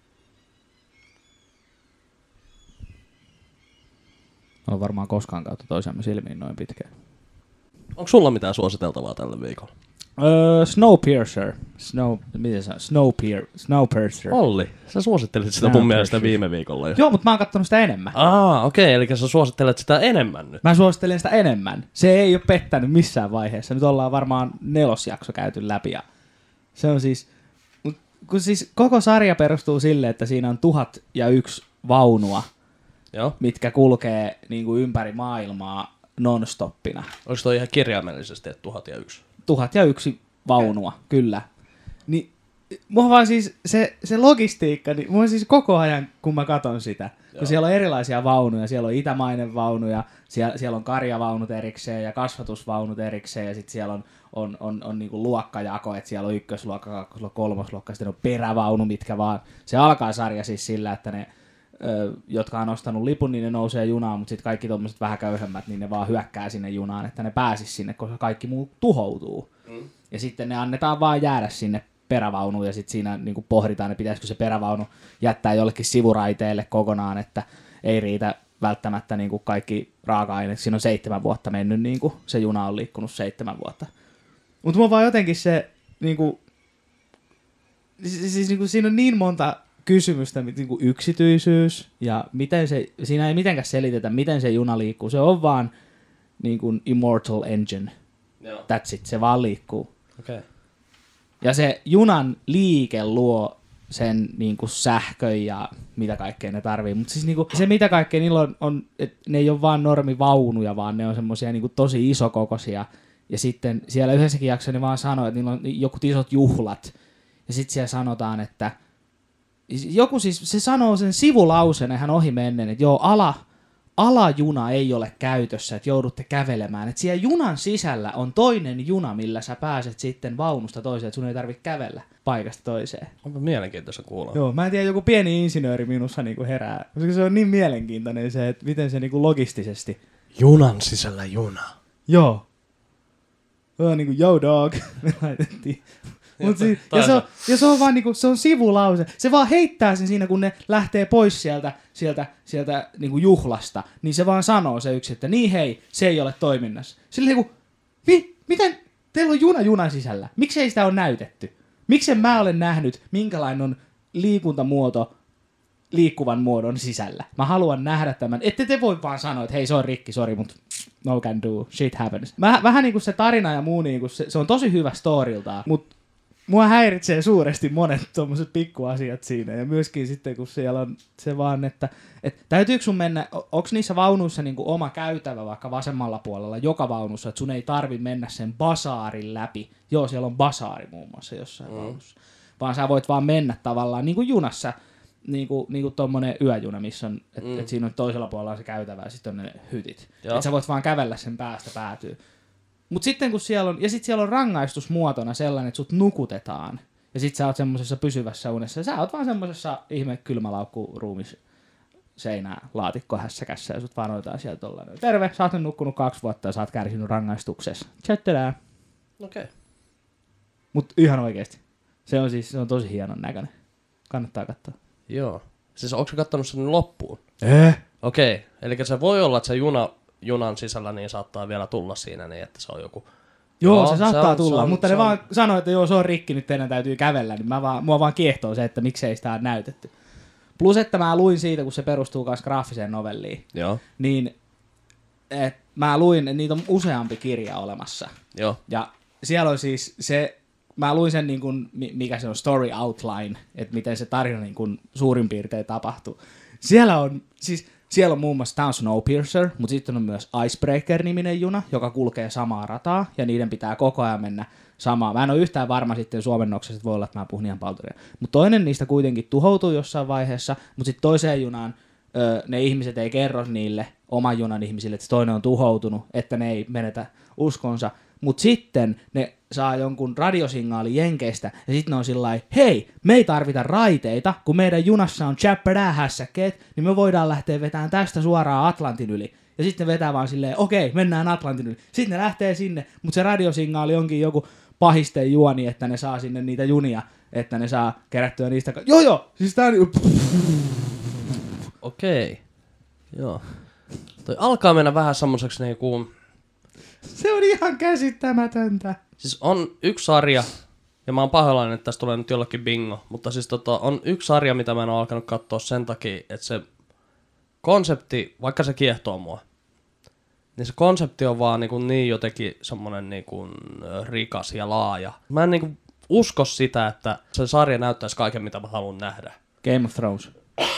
On varmaan koskaan kautta toisemme silmiin noin pitkään.
Onko sulla mitään suositeltavaa tällä viikolla?
Öö, Snowpiercer. Snow, miten se on? Snowpier, Snowpiercer.
Olli, sä suosittelit sitä mun mielestä viime viikolla jo.
Joo, mutta mä oon kattonut sitä enemmän.
Aa, okei, okay, eli sä suosittelet sitä enemmän nyt.
Mä suosittelen sitä enemmän. Se ei ole pettänyt missään vaiheessa. Nyt ollaan varmaan nelosjakso käyty läpi. Ja se on siis, kun siis koko sarja perustuu sille, että siinä on tuhat ja yksi vaunua,
Joo.
mitkä kulkee niin kuin ympäri maailmaa non-stoppina.
Oliko toi ihan kirjaimellisesti, että tuhat ja yksi?
Tuhat ja yksi vaunua, okay. Kyllä. Niin, mua vaan siis se, se logistiikka, niin mua siis koko ajan, kun mä katon sitä, Joo. kun siellä on erilaisia vaunuja, siellä on itämainen vaunu ja siellä, siellä on karjavaunut erikseen ja kasvatusvaunut erikseen ja sitten siellä on, on, on, on niinku luokkajako, että siellä on ykkösluokka, kakkosluokka, kolmosluokka, sitten on perävaunu, mitkä vaan, se alkaa sarja siis sillä, että ne, ö, jotka on ostanut lipun, niin ne nousee junaan, mutta sitten kaikki tommoset vähän köyhemmät, niin ne vaan hyökkää sinne junaan, että ne pääsis sinne, koska kaikki muu tuhoutuu. Mm. Ja sitten ne annetaan vaan jäädä sinne perävaunuun ja sitten siinä niin kuin pohditaan, että pitäisikö se perävaunu jättää jollekin sivuraiteelle kokonaan, että ei riitä välttämättä niin kuin kaikki raaka-aineet. Siinä on seitsemän vuotta mennyt, niin kuin se juna on liikkunut seitsemän vuotta. Mutta mulla vaan jotenkin se, niin kuin, siis, siis niin kuin siinä on niin monta kysymystä, niin kuin yksityisyys ja miten se, siinä ei mitenkään selitetä, miten se juna liikkuu. Se on vaan niin kuin immortal engine. Joo. That's it, se vaan liikkuu.
Okay.
Ja se junan liike luo sen niin kuin sähkön ja mitä kaikkea ne tarvii. Mutta siis niin kuin, se mitä kaikkea niillä on, on että ne ei ole vaan normivaunuja, vaan ne on semmoisia niin kuin tosi isokokoisia. Ja sitten siellä yhdessäkin jaksossa ne vaan sanoo, että niillä on joku isot juhlat. Ja sitten siellä sanotaan, että joku siis, se sanoo sen sivulauseen ihan ohi menneen, että joo, ala, alajuna ei ole käytössä, että joudutte kävelemään. Että siellä junan sisällä on toinen juna, millä sä pääset sitten vaunusta toiseen, että sun ei tarvitse kävellä paikasta toiseen.
Onpa mielenkiintoista kuulla.
Joo, mä en tiedä, joku pieni insinööri minussa niinku herää, koska se on niin mielenkiintoinen se, että miten se niinku logistisesti.
Junan sisällä juna.
Joo. On niinku, yo dog, me laitettiin. Mut si- ja, se on, ja se on vaan niinku, se on sivulause. Se vaan heittää sen siinä, kun ne lähtee pois sieltä, sieltä, sieltä niinku juhlasta. Niin se vaan sanoo se yksi, että niin hei, se ei ole toiminnassa. Silleen niinku, mi- miten, teillä on juna junan sisällä. Miksi ei sitä ole näytetty? Miksi mä olen nähnyt, minkälainen on liikuntamuoto liikkuvan muodon sisällä? Mä haluan nähdä tämän. Ette te voi vaan sanoa, että hei, se on rikki, sorry, mutta no can do, shit happens. Mä, vähän niinku se tarina ja muu, niinku se, se on tosi hyvä storiltaan, mutta mua häiritsee suuresti monet tommoset pikkuasiat siinä, ja myöskin sitten, kun siellä on se vaan, että et, täytyykö sun mennä, onko niissä vaunuissa niinku oma käytävä vaikka vasemmalla puolella joka vaunussa, että sun ei tarvi mennä sen basaarin läpi. Joo, siellä on basaari muun muassa jossain mm. vaunussa. Vaan sä voit vaan mennä tavallaan niin kuin junassa, niin kuin, niin kuin tommonen yöjuna, missä on, että mm. et siinä on toisella puolella se käytävä ja sitten on ne hytit. Että sä voit vaan kävellä sen päästä päätyy. Mut sitten kun siellä on, ja sitten siellä on rangaistusmuotona sellainen, että sut nukutetaan. Ja sit sä oot semmosessa pysyvässä unessa. Ja sä oot vaan semmosessa ihme kylmälaukku ruumis seinää laatikko hässäkässä. Ja sut vaan otetaan sieltä tollainen. Terve, sä oot nyt nukkunut kaksi vuotta ja sä oot kärsinyt rangaistuksessa. Tjöttölää.
Okei. Okay.
Mut ihan oikeesti. Se on siis, se on tosi hienon näköinen. Kannattaa katsoa.
Joo. Siis onko sä kattonut sen loppuun?
Eh?
Okei. Okay. Eli se voi olla, että se juna... junan sisällä niin saattaa vielä tulla siinä niin, että se on joku...
Joo, joo se saattaa
se on,
tulla,
se on,
mutta
se
ne
on...
vaan sanoo, että joo, se on rikki, nyt teidän täytyy kävellä, niin mä vaan, mua vaan kiehtoo se, että miksei sitä ole näytetty. Plus, että mä luin siitä, kun se perustuu myös graafiseen novelliin,
joo.
niin et mä luin, että niitä on useampi kirja olemassa.
Joo.
Ja siellä on siis se, mä luin sen, niin kuin, mikä se on, story outline, että miten se tarina niin kuin suurin piirtein tapahtuu. Siellä on, siis... Siellä on muun muassa, tämä on Snowpiercer, mutta sitten on myös Icebreaker-niminen juna, joka kulkee samaa rataa, ja niiden pitää koko ajan mennä samaa. Mä en ole yhtään varma sitten suomennoksessa, että voi olla, että mä puhun ihan palturia. Mutta toinen niistä kuitenkin tuhoutuu jossain vaiheessa, mutta sitten toiseen junaan ö, ne ihmiset ei kerro niille oman junan ihmisille, että toinen on tuhoutunut, että ne ei menetä uskonsa. Mutta sitten ne saa jonkun radiosignaalin Jenkeistä, ja sitten ne on sillai, hei, me ei tarvita raiteita, kun meidän junassa on chappadää-hässäkkeet, niin me voidaan lähteä vetämään tästä suoraan Atlantin yli. Ja sitten ne vetää vaan silleen, okei, mennään Atlantin yli. Sitten ne lähtee sinne, mutta se radiosignaali onkin joku pahisten juoni, että ne saa sinne niitä junia, että ne saa kerättyä niistä. Ka- joo joo, siis tää on...
Okei, joo. Toi alkaa mennä vähän semmoiseksi niinku...
Se on ihan käsittämätöntä.
Siis on yksi sarja, ja mä oon pahoillani, että tästä tulee nyt jollekin bingo, mutta siis tota, on yksi sarja, mitä mä en ole alkanut katsoa sen takia, että se konsepti, vaikka se kiehtoo mua, niin se konsepti on vaan niin, niin jotenkin semmonen niin rikas ja laaja. Mä en niin usko sitä, että se sarja näyttäisi kaiken, mitä mä haluan nähdä.
Game of Thrones.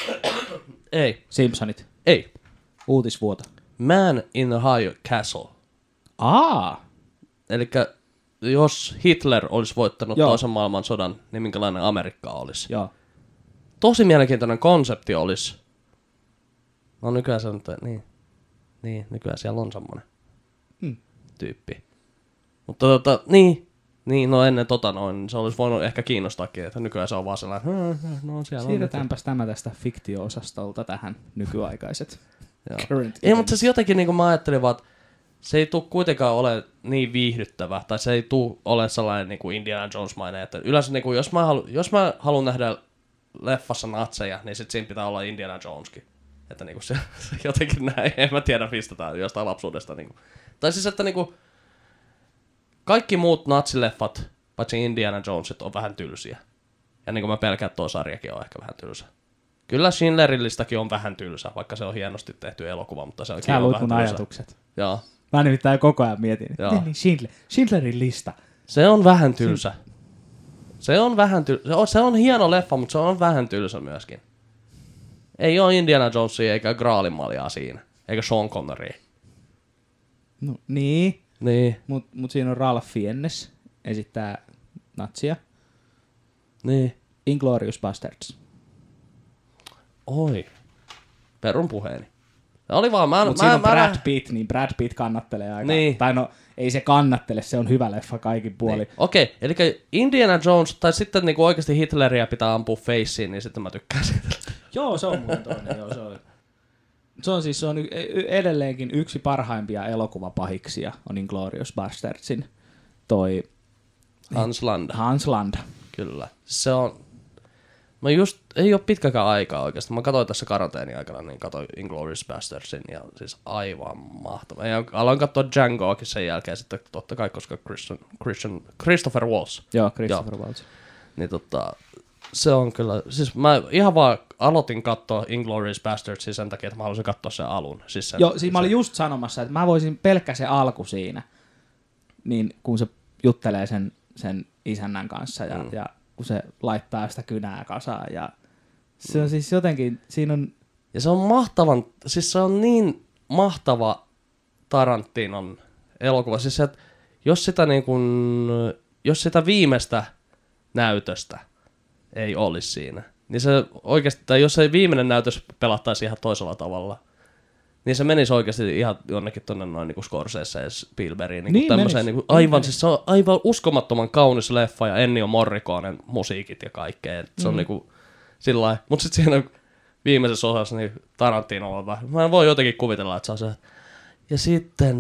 Ei.
Simpsonit.
Ei.
Uutisvuoto.
Man in the High Castle.
Aa!
Elikkä jos Hitler olisi voittanut
Joo.
toisen maailmansodan, niin minkälainen Amerikka olisi.
Joo.
Tosi mielenkiintoinen konsepti olisi. No nykyään se on, että niin. Niin, nykyään siellä on semmonen
Hmm.
tyyppi. Mutta tota, niin. Niin, no ennen tota noin, se olisi voinut ehkä kiinnostaakin, että nykyään se on vaan sellainen, no siellä on.
Siirretäänpäs tämä tästä fiktio-osastolta tähän nykyaikaiset.
Joo.
Current
Ei, mutta se jotenkin niin kuin mä ajattelin vaan, että se ei tule kuitenkaan ole niin viihdyttävä, tai se ei tule ole sellainen niin kuin Indiana Jones-mainen, että yleensä niin kuin, jos mä, halu, jos mä haluan nähdä leffassa natseja, niin sit siinä pitää olla Indiana Joneskin. Että niin kuin se, se jotenkin näin, en mä tiedä mistä tää jostain lapsuudesta. Niin kuin. Tai siis, että niin kuin, kaikki muut natsileffat, paitsi Indiana Jonesit, on vähän tylsiä. Ja niin kuin mä pelkään, että tuo sarjakin on ehkä vähän tylsä. Kyllä Schindlerin listakin on vähän tylsä, vaikka se on hienosti tehty elokuva, mutta se on
Sä
on
luit
vähän
mun
tylsä.
ajatukset.
Joo.
Mä nimittäin koko ajan mietin,
Joo.
että niin Schindler, Schindlerin lista.
Se on vähän tylsä. Se on vähän tylsä. Se on, se on hieno leffa, mutta se on vähän tylsä myöskin. Ei ole Indiana Jonesia eikä Graalin maljaa siinä. Eikä Sean Conneria.
No niin,
Niin,
mut, mut siinä on Ralph Fiennes esittää natsia.
niin.
Inglourious Basterds.
Oi. Perun puheeni. Se oli vaan, mä...
Mut
mä,
siinä on
mä,
Brad
mä,
Pitt, niin Brad Pitt kannattelee aika.
Niin.
Tai no, ei se kannattele, se on hyvä leffa kaikin puolin.
niin. Okei, eli Indiana Jones, tai sitten niinku oikeasti Hitleriä pitää ampua faceen, niin sitten mä tykkään siitä.
Joo, se on muuten toinen, joo, se on. Se on siis se on y- y- edelleenkin yksi parhaimpia elokuvapahiksia, on Inglourious Basterdsin toi
Hans Landa.
Hans Landa.
Kyllä. Se on... Mä just... Ei oo pitkäkään aikaa oikeesti. Mä katsoin tässä karanteeni aikana, niin katsoin Inglourious Basterdsin ja siis aivan mahtava. Ja aloin katsoa Djangoakin sen jälkeen sitten totta kai, koska Christian, Christian, Christopher Waltz.
Joo, Christopher Waltz.
Niin tota... Se on kyllä... Siis mä ihan vaan aloitin katsoa Inglourious Basterdsin sen takia, että mä halusin katsoa sen alun. Siis sen,
Joo, siis mä olin just sanomassa, että mä voisin pelkkä se alku siinä, niin kun se juttelee sen, sen isännän kanssa ja, mm. ja kun se laittaa sitä kynää kasaan ja se on siis jotenkin, siinä on...
Ja se on mahtavan, siis se on niin mahtava Tarantinon elokuva. Siis se, että jos sitä niin kuin, jos sitä viimeistä näytöstä ei olisi siinä, niin se oikeasti, tai jos se viimeinen näytös pelattaisi ihan toisella tavalla, niin se menisi oikeasti ihan jonnekin tonne noin niin Scorsese ja Spielbergiin. Niin
Niin
tämmöiseen,
menisi.
niin kuin, aivan, siis se on aivan uskomattoman kaunis leffa ja Ennio Morriconen musiikit ja kaikkea. Se on mm. niin kuin sillain. Mutta sitten siinä viimeisessä osassa niin Tarantino on vähän. Mä en voi jotenkin kuvitella, että se on se. Ja sitten...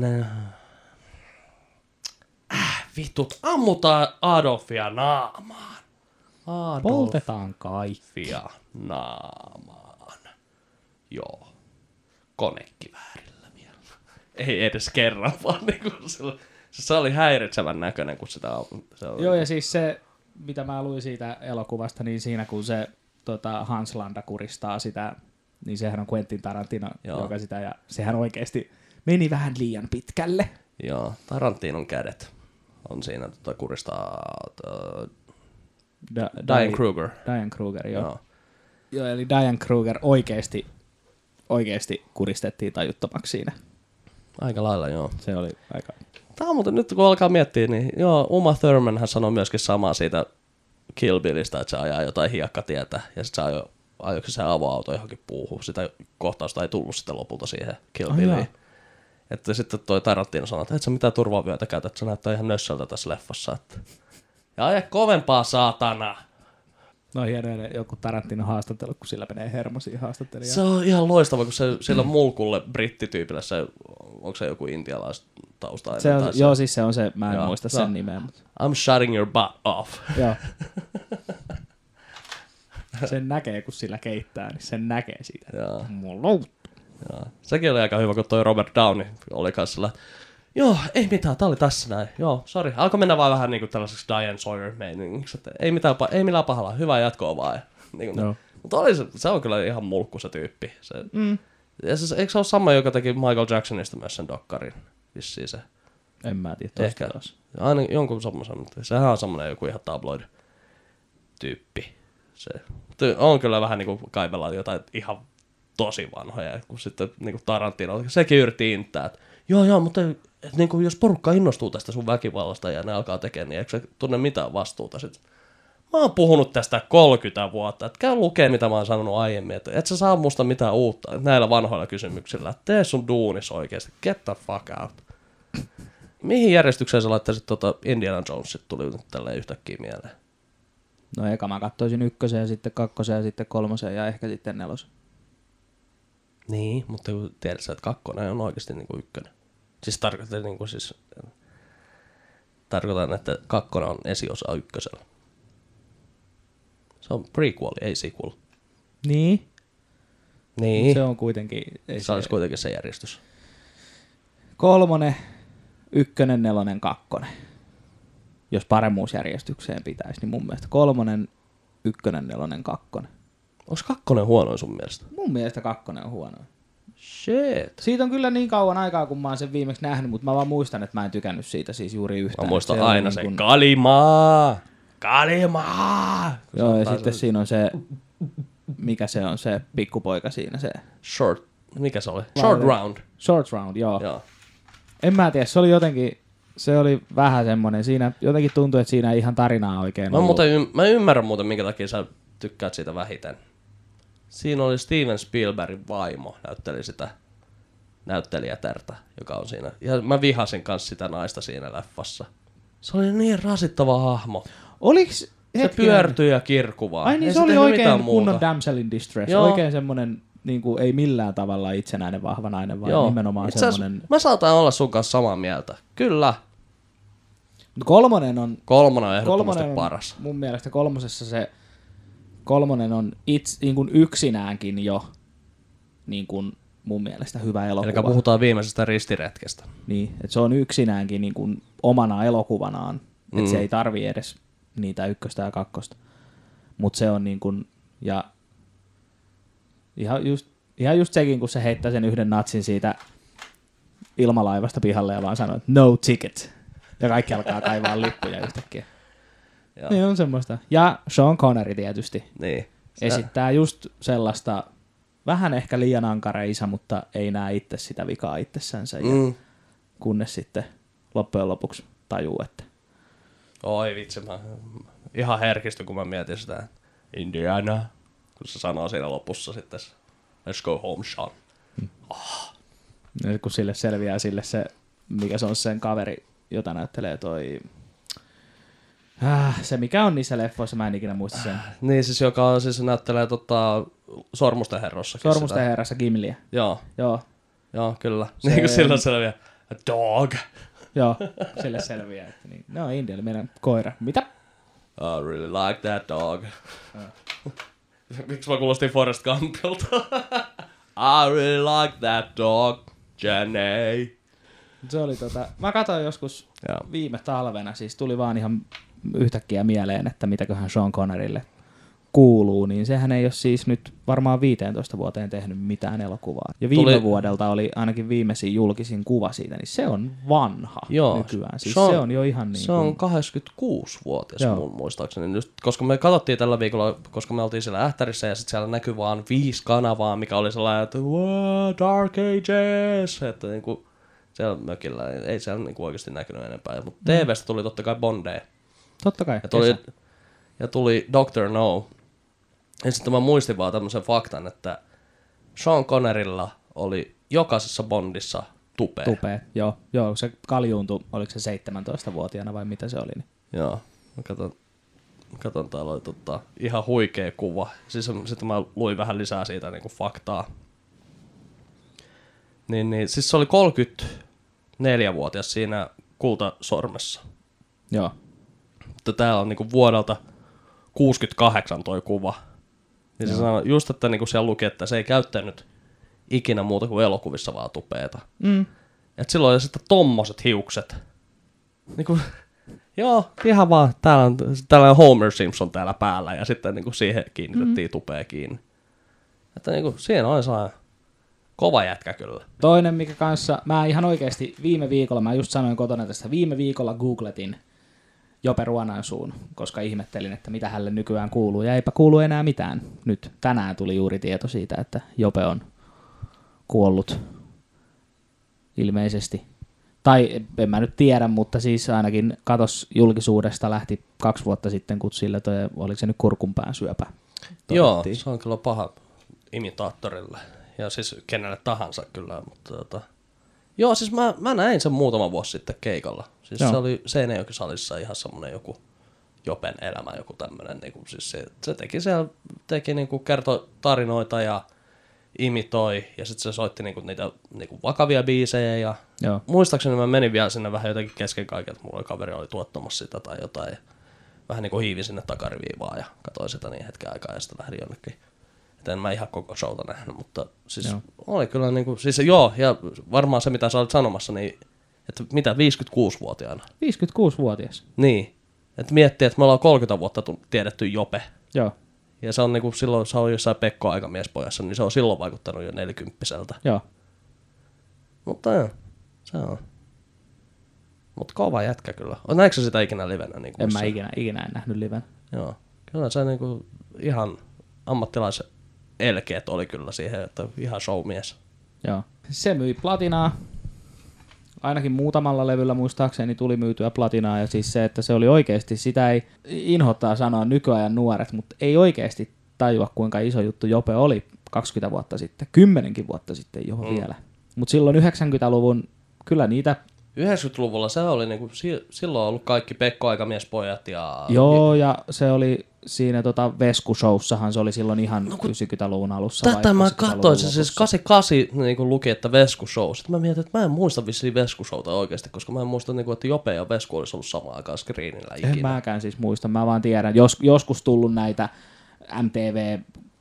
Äh, vitut, ammutaan Adolfia naamaan. Adolfia
Poltetaan kaikki.
naamaan. Joo. Konekiväärillä vielä. Ei edes kerran, vaan niinku se, se oli häiritsevän näköinen, kun sitä se oli.
Joo, ja siis se, mitä mä luin siitä elokuvasta, niin siinä kun se tota, Hans Landa kuristaa sitä, niin sehän on Quentin Tarantino,
Joo.
joka sitä, ja sehän oikeasti meni vähän liian pitkälle.
Joo, Tarantinon kädet on siinä tota, kuristaa uh,
Da,
Diane Kruger.
Diane Kruger, joo.
Joo.
Joo, eli Diane Kruger oikeasti, oikeasti kuristettiin tajuttomaksi siinä.
Aika lailla, joo.
Se oli aika...
Tämä on muuten, nyt kun alkaa miettiä, niin joo, Uma Thurman hän sanoi myöskin samaa siitä Kill Billistä, että se ajaa jotain hiekkatietä, ja sitten se ajoi, ajoiko se avoauto johonkin puuhun. Sitä kohtausta ei tullut sitten lopulta siihen Kill Billiin. Oh, että sitten toi Tarantino sanoi, että et sä mitään turvavyötä käytä, että se näyttää ihan nössöltä tässä leffassa. Että... Ja aja kovempaa, saatana!
No hienoja joku Tarantino haastattelu, kun sillä menee hermosiin haastattelijaan.
Se on ihan loistava, kun se sillä mulkulle brittityypillä, se, onko se joku intialaistaustainen?
Se on,
se,
joo, siis se on se, mä en
joo,
muista
no,
sen nimeä. Mutta...
I'm shutting your butt off.
Joo. Sen näkee, kun sillä keittää, niin sen näkee siitä.
Joo.
Mulla.
Joo. Sekin oli aika hyvä, kun toi Robert Downey oli kanssa sillä, Joo, ei mitään, tää oli tässä näin. Joo, sori. Alkoi mennä vaan vähän niinku tällaiseksi Diane Sawyer-meiningiksi, että ei mitään, ei millään pahalla, hyvää jatkoa vaan. Ja, niin
Joo.
mutta oli se, se on kyllä ihan mulkku se tyyppi. Se,
Mm.
ja se, eikö se ole sama, joka teki Michael Jacksonista myös sen dokkarin? Vissiin se.
En mä tiedä.
Ehkä. Aina jonkun semmoisen, mutta sehän on semmoinen joku ihan tabloid-tyyppi. Se on kyllä vähän niinku kaivella jotain ihan tosi vanhoja, kun sitten niinku Tarantino, sekin yritti inttää, että joo joo, mutta et, niinku, jos porukka innostuu tästä sun väkivallasta ja ne alkaa tekemään, niin eikö se tunne mitään vastuuta sit? Mä oon puhunut tästä kolmekymmentä vuotta, että käy lukee mitä mä oon sanonut aiemmin, että et sä saa musta mitään uutta näillä vanhoilla kysymyksillä, tee sun duunis oikeesti, get the fuck out. Mihin järjestykseen sä laittaisit tota Indiana Jonesit, tuli nyt tälleen yhtäkkiä mieleen?
No eka mä katsoisin ykkösen ja sitten kakkosen ja sitten kolmosen ja ehkä sitten nelosen.
Niin, mutta tiedät sä, että kakkonen on oikeasti niinku ykkönen. Siis tarkoitan, niinku siis, tarkoitan, että kakkonen on esiosa ykkösellä. Se on prequel, ei sequel.
Niin.
Niin,
Mut se on kuitenkin... Ei
se
se
olisi kuitenkin se järjestys.
kolmonen, ykkönen, nelonen, kakkonen. Jos paremmuusjärjestykseen pitäisi, niin mun mielestä kolmonen, ykkönen, nelonen, kakkonen.
Onko kakkonen huono sun mielestä?
Mun mielestä kakkonen on huono.
Shit.
Siitä on kyllä niin kauan aikaa, kun mä oon sen viimeksi nähnyt, mutta mä vaan muistan, että mä en tykännyt siitä siis juuri yhtään.
Mä muistan
se oli
aina
niin
sen
kun...
Kalimaa! Kalimaa! Kun
Joo,
se
ja
ottaa
sitten
sen
siinä on se, mikä se on, se pikkupoika siinä, se
Short, mikä se oli? Short
Lauri.
round.
short round, joo.
Joo.
En mä tiedä, se oli jotenkin, se oli vähän semmonen, siinä jotenkin tuntui, että siinä ei ihan tarinaa oikein
Mä,
ollut.
muuten, ym- mä ymmärrän muuten, minkä takia sä tykkäät siitä vähiten. Siinä oli Steven Spielbergin vaimo, näytteli sitä näyttelijätärtä, joka on siinä. Ja mä vihasin kanssa sitä naista siinä leffassa. Se oli niin rasittava hahmo.
Oliks,
Se
hetkinen.
pyörtyi ja kirkui vaan.
Ai niin,
Ei
se oli
tehnyt
oikein
mitään
kunnon
muuta.
damsel in distress.
Joo.
Oikein semmonen, niin kuin, ei millään tavalla itsenäinen vahva nainen, vaan
Joo.
nimenomaan
Itse asiassa
semmonen.
Mä saatan olla sun kanssa samaa mieltä. Kyllä.
Kolmonen on,
Kolmonen on ehdottomasti
kolmonen on
paras.
mun mielestä kolmosessa se, kolmonen on itse, niin kuin yksinäänkin jo niin kuin mun mielestä hyvä elokuva.
Eli puhutaan viimeisestä ristiretkestä.
Niin, että se on yksinäänkin niin kuin omana elokuvanaan, että
Mm.
se ei tarvii edes niitä ykköstä ja kakkosta. Mutta se on niin kuin, ja ihan just, ihan just sekin, kun se heittää sen yhden natsin siitä ilmalaivasta pihalle ja vaan sanoo, että no ticket. Ja kaikki alkaa kaivaa lippuja yhtäkkiä.
Joo.
Niin on semmoista. Ja Sean Connery tietysti
Niin.
esittää just sellaista, vähän ehkä liian ankara isä, mutta ei näe itse sitä vikaa itsessänsä. Ja
Mm.
kunnes sitten loppujen lopuksi tajuu, että
Oi vitsi, mä ihan herkistyn, kun mä mietin sitä Indiana, kun se sanoo siinä lopussa sitten, let's go home, Sean.
kun sille selviää sille se, mikä se on sen kaveri, jota näyttelee toi... Äh, se mikä on niissä leffoissa, mä en ikinä muista sen.
Niin siis, joka on, siis näyttelee tota, Sormusten herrossakin
Sormusten
sitä.
herrassa Gimliä.
Joo,
Joo,
joo, kyllä.
Se-
Niin kuin silloin selviää, a dog.
joo, sille selviää, että niin. No India, meidän koira. Mitä?
I really like that dog. Miksi mä kuulostin Forrest Gumpilta? I really like that dog, Jenny.
Se oli tota, mä katsoin joskus
Joo.
viime talvena, siis tuli vaan ihan yhtäkkiä mieleen, että mitäköhän Sean Connerylle kuuluu, niin sehän ei ole siis nyt varmaan viisitoista vuoteen tehnyt mitään elokuvaa. Ja viime
Tuli-
vuodelta oli ainakin viimeisin julkisin kuva siitä, niin se on vanha
Joo,
nykyään. Siis
se on-
se on jo ihan niin
Se
kuin,
on kaksikymmentäkuusi-vuotias
Joo.
mun muistaakseni. Just, koska me katsottiin tällä viikolla, koska me oltiin siellä Ähtärissä ja sitten siellä näkyi vaan viisi kanavaa, mikä oli sellainen, että wow, Dark Ages, että niinku siellä mökillä ei, ei siellä niinku oikeasti näkynyt enempää. Mutta T V:stä tuli totta kai Bondeja.
totta kai,
Ja tuli,
kesä.
ja tuli doctor No. Ja sitten mä muistin vaan tämmöisen faktan, että Sean Connerylla oli jokaisessa Bondissa tupea.
Tupee, joo, joo, se kaljuuntui, oliko se seitsemäntoistavuotiaana vai mitä se oli, niin
Joo, mä katon, katon täällä oli tota, ihan huikea kuva. Siis sitten mä luin vähän lisää siitä niinku faktaa. Niin, niin, siis se oli kolmekymmentäneljävuotias siinä kultasormessa.
joo,
Mutta täällä on niinku vuodelta kuusikymmentäkahdeksan toi kuva. Niin se sanoi just, että niinku siellä luki, että se ei käyttänyt ikinä muuta kuin elokuvissa vaan tupeeta.
mm.
Että silloin oli sitten tommoset hiukset. Niinku, joo, ihan vaan, täällä on tällainen Homer Simpson täällä päällä, ja sitten niinku siihen kiinnitettiin mm. tupea kiinni. Että niinku, siinä oli saa kova jätkä kyllä.
Toinen, mikä kanssa, mä ihan oikeasti viime viikolla, mä just sanoin kotona tästä, viime viikolla googletin Jope Ruonansuun, koska ihmettelin, että mitä hänelle nykyään kuuluu, ja eipä kuulu enää mitään. Nyt tänään tuli juuri tieto siitä, että Jope on kuollut ilmeisesti. Tai en mä nyt tiedä, mutta siis ainakin katos julkisuudesta lähti kaksi vuotta sitten, kun sillä toi, oliko se nyt kurkunpään syöpä?
Joo, se on kyllä paha imitaattorille. Ja siis kenelle tahansa kyllä, mutta tota... Joo, siis mä, mä näin sen muutama vuosi sitten keikalla. Siis Joo. se oli Seinäjoki-salissa ihan semmonen joku Jopen elämä, joku tämmönen. Niinku, siis se, se teki siellä, teki niinku, kertoi tarinoita ja imitoi, ja sitten se soitti niinku niitä niinku vakavia biisejä, ja Joo. muistaakseni mä menin vielä sinne vähän jotenkin kesken kaiken, että mulla oli kaveri oli tuottamassa sitä tai jotain, ja vähän niinku hiivin sinne takariviin vaan, ja katsoin sitä niin hetken aikaa, ja sitten lähdin jonnekin. Et en mä ihan koko showta nähnyt, mutta siis joo. oli kyllä niinku, siis joo, ja varmaan se mitä sä olit sanomassa, niin, että mitä, viisikymmentäkuusivuotiaana?
viisikymmentäkuusivuotias.
Niin, että miettii, että me ollaan kolmekymmentä vuotta tiedetty Jope.
Joo.
Ja se on niinku silloin, se on jossain Pekko aikamiespojassa, niin se on silloin vaikuttanut jo nelikymppiseltä.
Joo.
Mutta joo, se on. Mutta kova jätkä kyllä. Näetkö sä sitä ikinä livenä? Niin
en mä ikinä, ikinä en nähnyt livenä.
Joo, kyllä se niinku ihan ammattilaiset elkeet oli kyllä siihen, että ihan showmies.
Joo. Se myi platinaa. Ainakin muutamalla levyllä muistaakseni tuli myytyä platinaa, ja siis se, että se oli oikeasti, sitä ei inhottaa sanoa nykyajan nuoret, mutta ei oikeasti tajua, kuinka iso juttu Jope oli kaksikymmentä vuotta sitten, kymmenenkin vuotta sitten jo mm. vielä. Mutta silloin yhdeksänkymmentäluvun, kyllä niitä...
yhdeksänkymmentäluvulla se oli, niinku, silloin ollut kaikki Pekko aikamiespojat ja...
Joo, ja se oli siinä tota Vesku-showssahan, se oli silloin ihan no, yhdeksänkymmentäluvun alussa.
Tätä mä katsoin, se siis kahdeksankymmentäkahdeksan niin luki, että Vesku-show. Sitten mä mietin, että mä en muista vissiin Vesku-showta oikeasti, koska mä en muista, niin kuin, että Jope ja Vesku olisi ollut samaan aikaan screenillä ikinä.
En mäkään siis muista, mä vaan tiedän. Jos, joskus tullut näitä M T V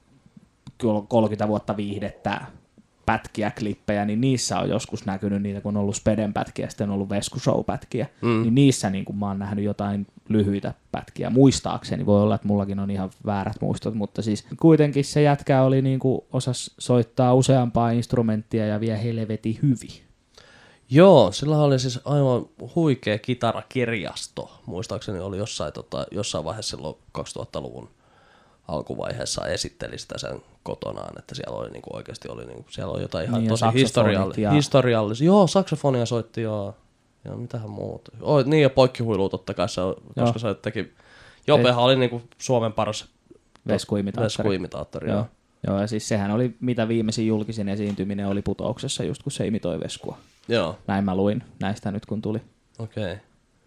kolmekymmentä vuotta viihdettä, pätkiä, klippejä, niin niissä on joskus näkynyt niitä, kun on ollut Speden pätkiä ja sitten on ollut Vesku Show-pätkiä, mm. niin niissä niin kun mä oon nähnyt jotain lyhyitä pätkiä, muistaakseni, voi olla, että mullakin on ihan väärät muistot, mutta siis kuitenkin se jätkä oli niin kuin osas soittaa useampaa instrumenttia ja vielä helveti hyvin.
Joo, sillä oli siis aivan huikea kitarakirjasto, muistaakseni oli jossain, tota, jossain vaiheessa silloin kaksituhattaluvun alkuvaiheessa esitteli sitä sen kotonaan, että siellä oli niinku oikeasti oli niinku, siellä oli jotain ihan
niin,
tosi historialli- ja... historiallisia. Joo, saksofonia soitti joo. Ja mitähän muuta. Oh, niin ja poikkihuilua totta kai se, koska se teki Jopehan oli niinku Suomen paras
veskuimitaattori.
veskuimitaattori joo.
Joo, ja siis sehän oli mitä viimeisin julkisin esiintyminen oli Putouksessa just kun se imitoi Veskua.
Joo.
Näin mä luin näistä nyt kun tuli.
Okei. Okay.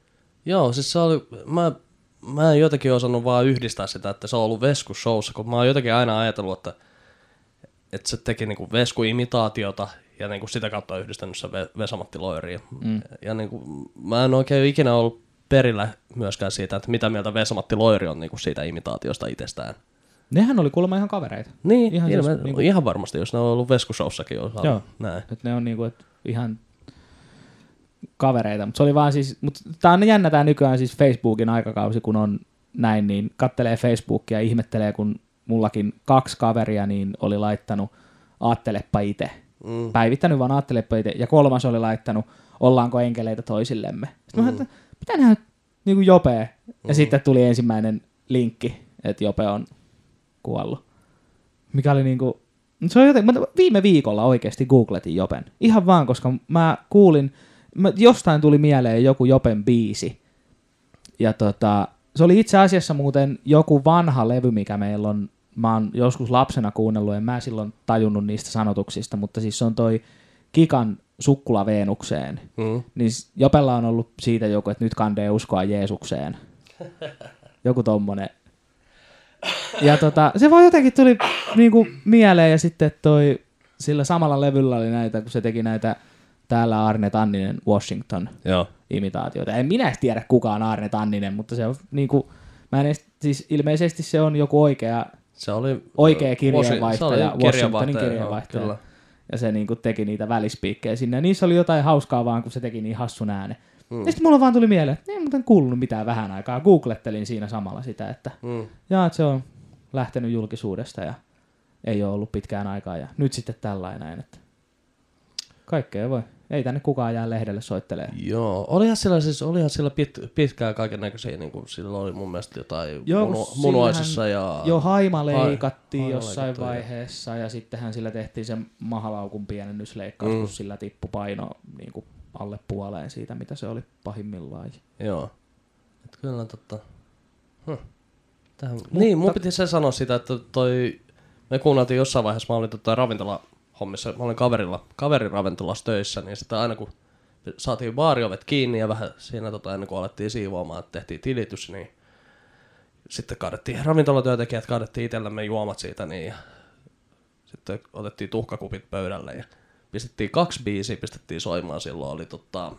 Joo, siis se oli mä Mä en jotenkin osannut vaan yhdistää sitä, että se on ollut Vesku-showssa, kun mä oon jotenkin aina ajatellut, että, että se teki niinku Vesku-imitaatiota ja niinku sitä kautta yhdistänyt se Vesa-Matti Loiriin. Mm. Ja niinku, mä en oikein ikinä ollut perillä myöskään siitä, että mitä mieltä Vesa-Matti Loiri on niinku siitä imitaatiosta itsestään.
Nehän oli kuulemma ihan kavereita.
Niin, ihan, ilme, siis, niinku... ihan varmasti, jos ne on ollut Vesku-showssakin.
Joo,
näin.
Että ne on niinku, et ihan... kavereita, mutta se oli vaan siis, mutta tää on jännä tää nykyään siis Facebookin aikakausi, kun on näin, niin kattelee Facebookia ja ihmettelee, kun mullakin kaksi kaveria niin oli laittanut aattelepa ite, mm. päivittänyt vaan aattelepa ite, ja kolmas oli laittanut ollaanko enkeleitä toisillemme. Sitten mm. mä ajattelin, että mitä nää niinku Jope, ja mm. sitten tuli ensimmäinen linkki, että Jope on kuollut. Mikä oli niinku, se on jotenkin, viime viikolla oikeasti googletin Jopen, ihan vaan, koska mä kuulin, Mä, jostain tuli mieleen joku Jopen biisi. Ja tota, se oli itse asiassa muuten joku vanha levy, mikä meillä on, mä oon joskus lapsena kuunnellut, en mä silloin tajunnut niistä sanotuksista, mutta siis se on toi Kikan Sukkula Veenukseen. Mm. Niin Jopella on ollut siitä joku, että nyt kandee uskoa Jeesukseen. Joku tommonen. Ja tota, se vaan jotenkin tuli niinku mieleen, ja sitten toi, sillä samalla levyllä oli näitä, kun se teki näitä täällä Arne Tanninen Washington Joo. imitaatioita. En minä tiedä kuka on Arne Tanninen, mutta se on niinku, mä en edes, siis ilmeisesti se on joku oikea,
se oli,
oikea kirjeenvaihtaja, Washingtonin kirjeenvaihtaja.
Kyllä.
Ja se niinku teki niitä välispiikkejä sinne. Ja niissä oli jotain hauskaa vaan, kun se teki niin hassun äänen.
Mm.
Ja sitten mulla vaan tuli mieleen, että ei muuten kuulunut mitään vähän aikaa. Googlettelin siinä samalla sitä, että
Mm.
jaa, että se on lähtenyt julkisuudesta ja ei ole ollut pitkään aikaa. Ja nyt sitten tällainen, että kaikkea voi. Ei tänne kukaan jää lehdelle soittelee.
Joo, olihan sillä, siis, olihan sillä pit, pitkään kaiken näköisiä, niin kuin sillä oli mun mielestä jotain
Joo,
munu,
sillähän-
munuaisissa ja...
Jo haima leikattiin
haima
jossain
leikattu,
vaiheessa ja sittenhän sillä tehtiin se mahalaukun pienennysleikkaus,
Mm.
kun sillä tippui paino niin kuin alle puoleen siitä, mitä se oli pahimmillaan.
Joo. Et kyllä totta. Huh. Tähän... Niin, mun piti se sanoa sitä, että toi... Me kuunneltiin jossain vaiheessa, mä olin tota ravintola-hommissa, mä olin kaverilla, kaverin ravintolassa töissä, niin sitten aina kun saatiin baariovet kiinni ja vähän siinä tota, ennen kuin alettiin siivoamaan, että tehtiin tilitys, niin sitten kaadettiin, ravintolatyöntekijät kaadettiin itsellämme juomat siitä, niin ja sitten otettiin tuhkakupit pöydälle ja pistettiin kaksi biisiä, pistettiin soimaan, silloin oli tota,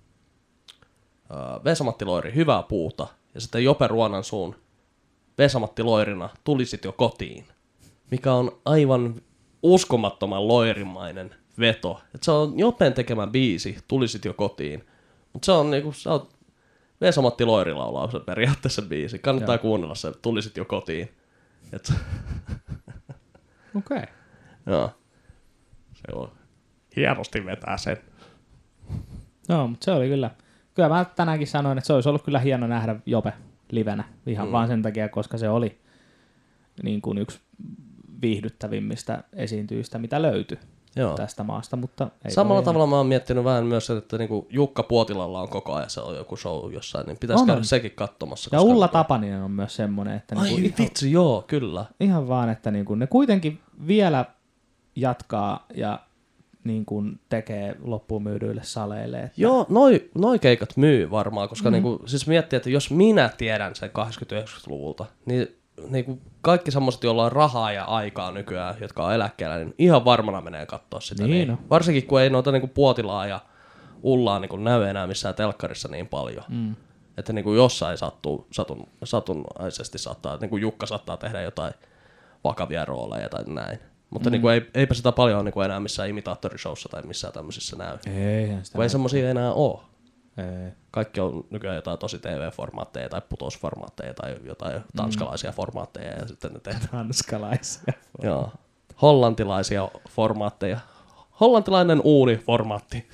uh, Vesa-Matti Loiri, Hyvää puuta, ja sitten Jope Ruonansuun Vesa-Matti Loirina, Tulisit jo kotiin, mikä on aivan uskomattoman loirimainen veto. Et se on Jopen tekemä biisi, Tulisit jo kotiin, mutta se on niinku, se on Vesa-Matti Loiri laulaa se periaatteessa biisi. Kannattaa
Joo.
kuunnella se, Tulisit jo kotiin. Et,
Okei. Okay.
joo. Se on hienosti vetää sen.
No, mutta se oli kyllä. Kyllä mä tänäänkin sanoin, että se olisi ollut kyllä hieno nähdä Jope livenä. Ihan mm. vaan sen takia, koska se oli niin kuin yksi viihdyttävimmistä esiintyjistä, mitä löytyi
Joo.
tästä maasta. Mutta ei
Samalla
voi
tavalla mä oon miettinyt vähän myös, että niinku Jukka Puotilalla on koko ajan se on joku show jossain, niin pitäisi
On,
käydä
on.
sekin katsomassa.
Ja
koska-
Ulla Tapaninen on myös semmoinen, että
Ai
niinku ihan,
vitsi, joo, kyllä.
ihan vaan, että niinku ne kuitenkin vielä jatkaa ja niinku tekee loppuun myydyille saleille. Että
Joo, noi, noi keikat myy varmaan, koska mm. niinku, siis miettii, että jos minä tiedän sen kahdeksankymmentä-yhdeksänkymmentäluvulta, niin niinku kaikki semmoiset, joilla on rahaa ja aikaa nykyään, jotka on eläkkeellä, niin ihan varmana menee katsoa sitä.
Niin
Niin
on.
Varsinkin kun ei noita niinku Puotilaa ja Ullaa niinku näy enää missään telkkarissa niin paljon.
Mm.
Että niinku jossain sattuu, satun, satunnaisesti saattaa, niinku Jukka saattaa tehdä jotain vakavia rooleja tai näin. Mutta mm. niinku ei, eipä sitä paljon niinku enää missään imitaattorishowssa tai missään tämmöisissä näy.
Eihän sitä
Kun ei semmosia enää oo.
Ei.
Kaikki on nykyään jotain tosi T V-formaatteja tai putosformaatteja tai jotain tanskalaisia formaatteja ja sitten ne tehdään.
Hanskalaisia.
Joo. Hollantilaisia formaatteja. Hollantilainen uuni-formaatti.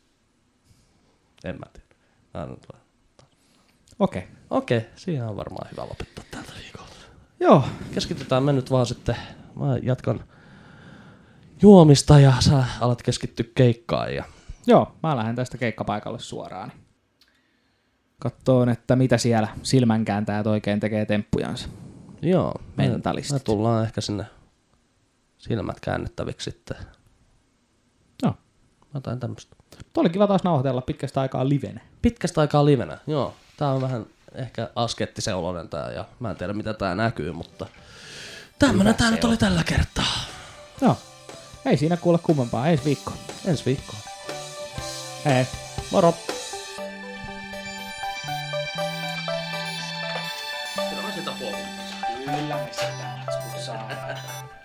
En mä tiedä. Tää nyt vaan-
Okei. Okay.
Okei, siihen on varmaan hyvä lopettaa tältä viikolla.
Joo.
Keskitytään me nyt vaan sitten. Mä jatkan juomista ja sä alat keskittyä keikkaan. Ja...
Joo, mä lähden tästä keikkapaikalle suoraan. Kattoon, että mitä siellä silmänkääntäjät oikein tekee temppujansa.
Joo, me,
Mentalistit.
me tullaan ehkä sinne silmät käännettäviksi sitten.
Joo.
Jotain tämmöistä.
Tuo oli kiva taas nauhoitella pitkästä aikaa livenä.
Pitkästä aikaa livenä, joo. Tää on vähän ehkä askeettisen oloinen tää ja mä en tiedä mitä tää näkyy, mutta tämmönen tää nyt oli tällä kertaa.
Joo. Ei siinä kuule kummempaa. Ensi viikko.
Ensi viikkoon.
Hei. Moro.
Kyllä mä sitä puolun.
Kyllä me sitä saa.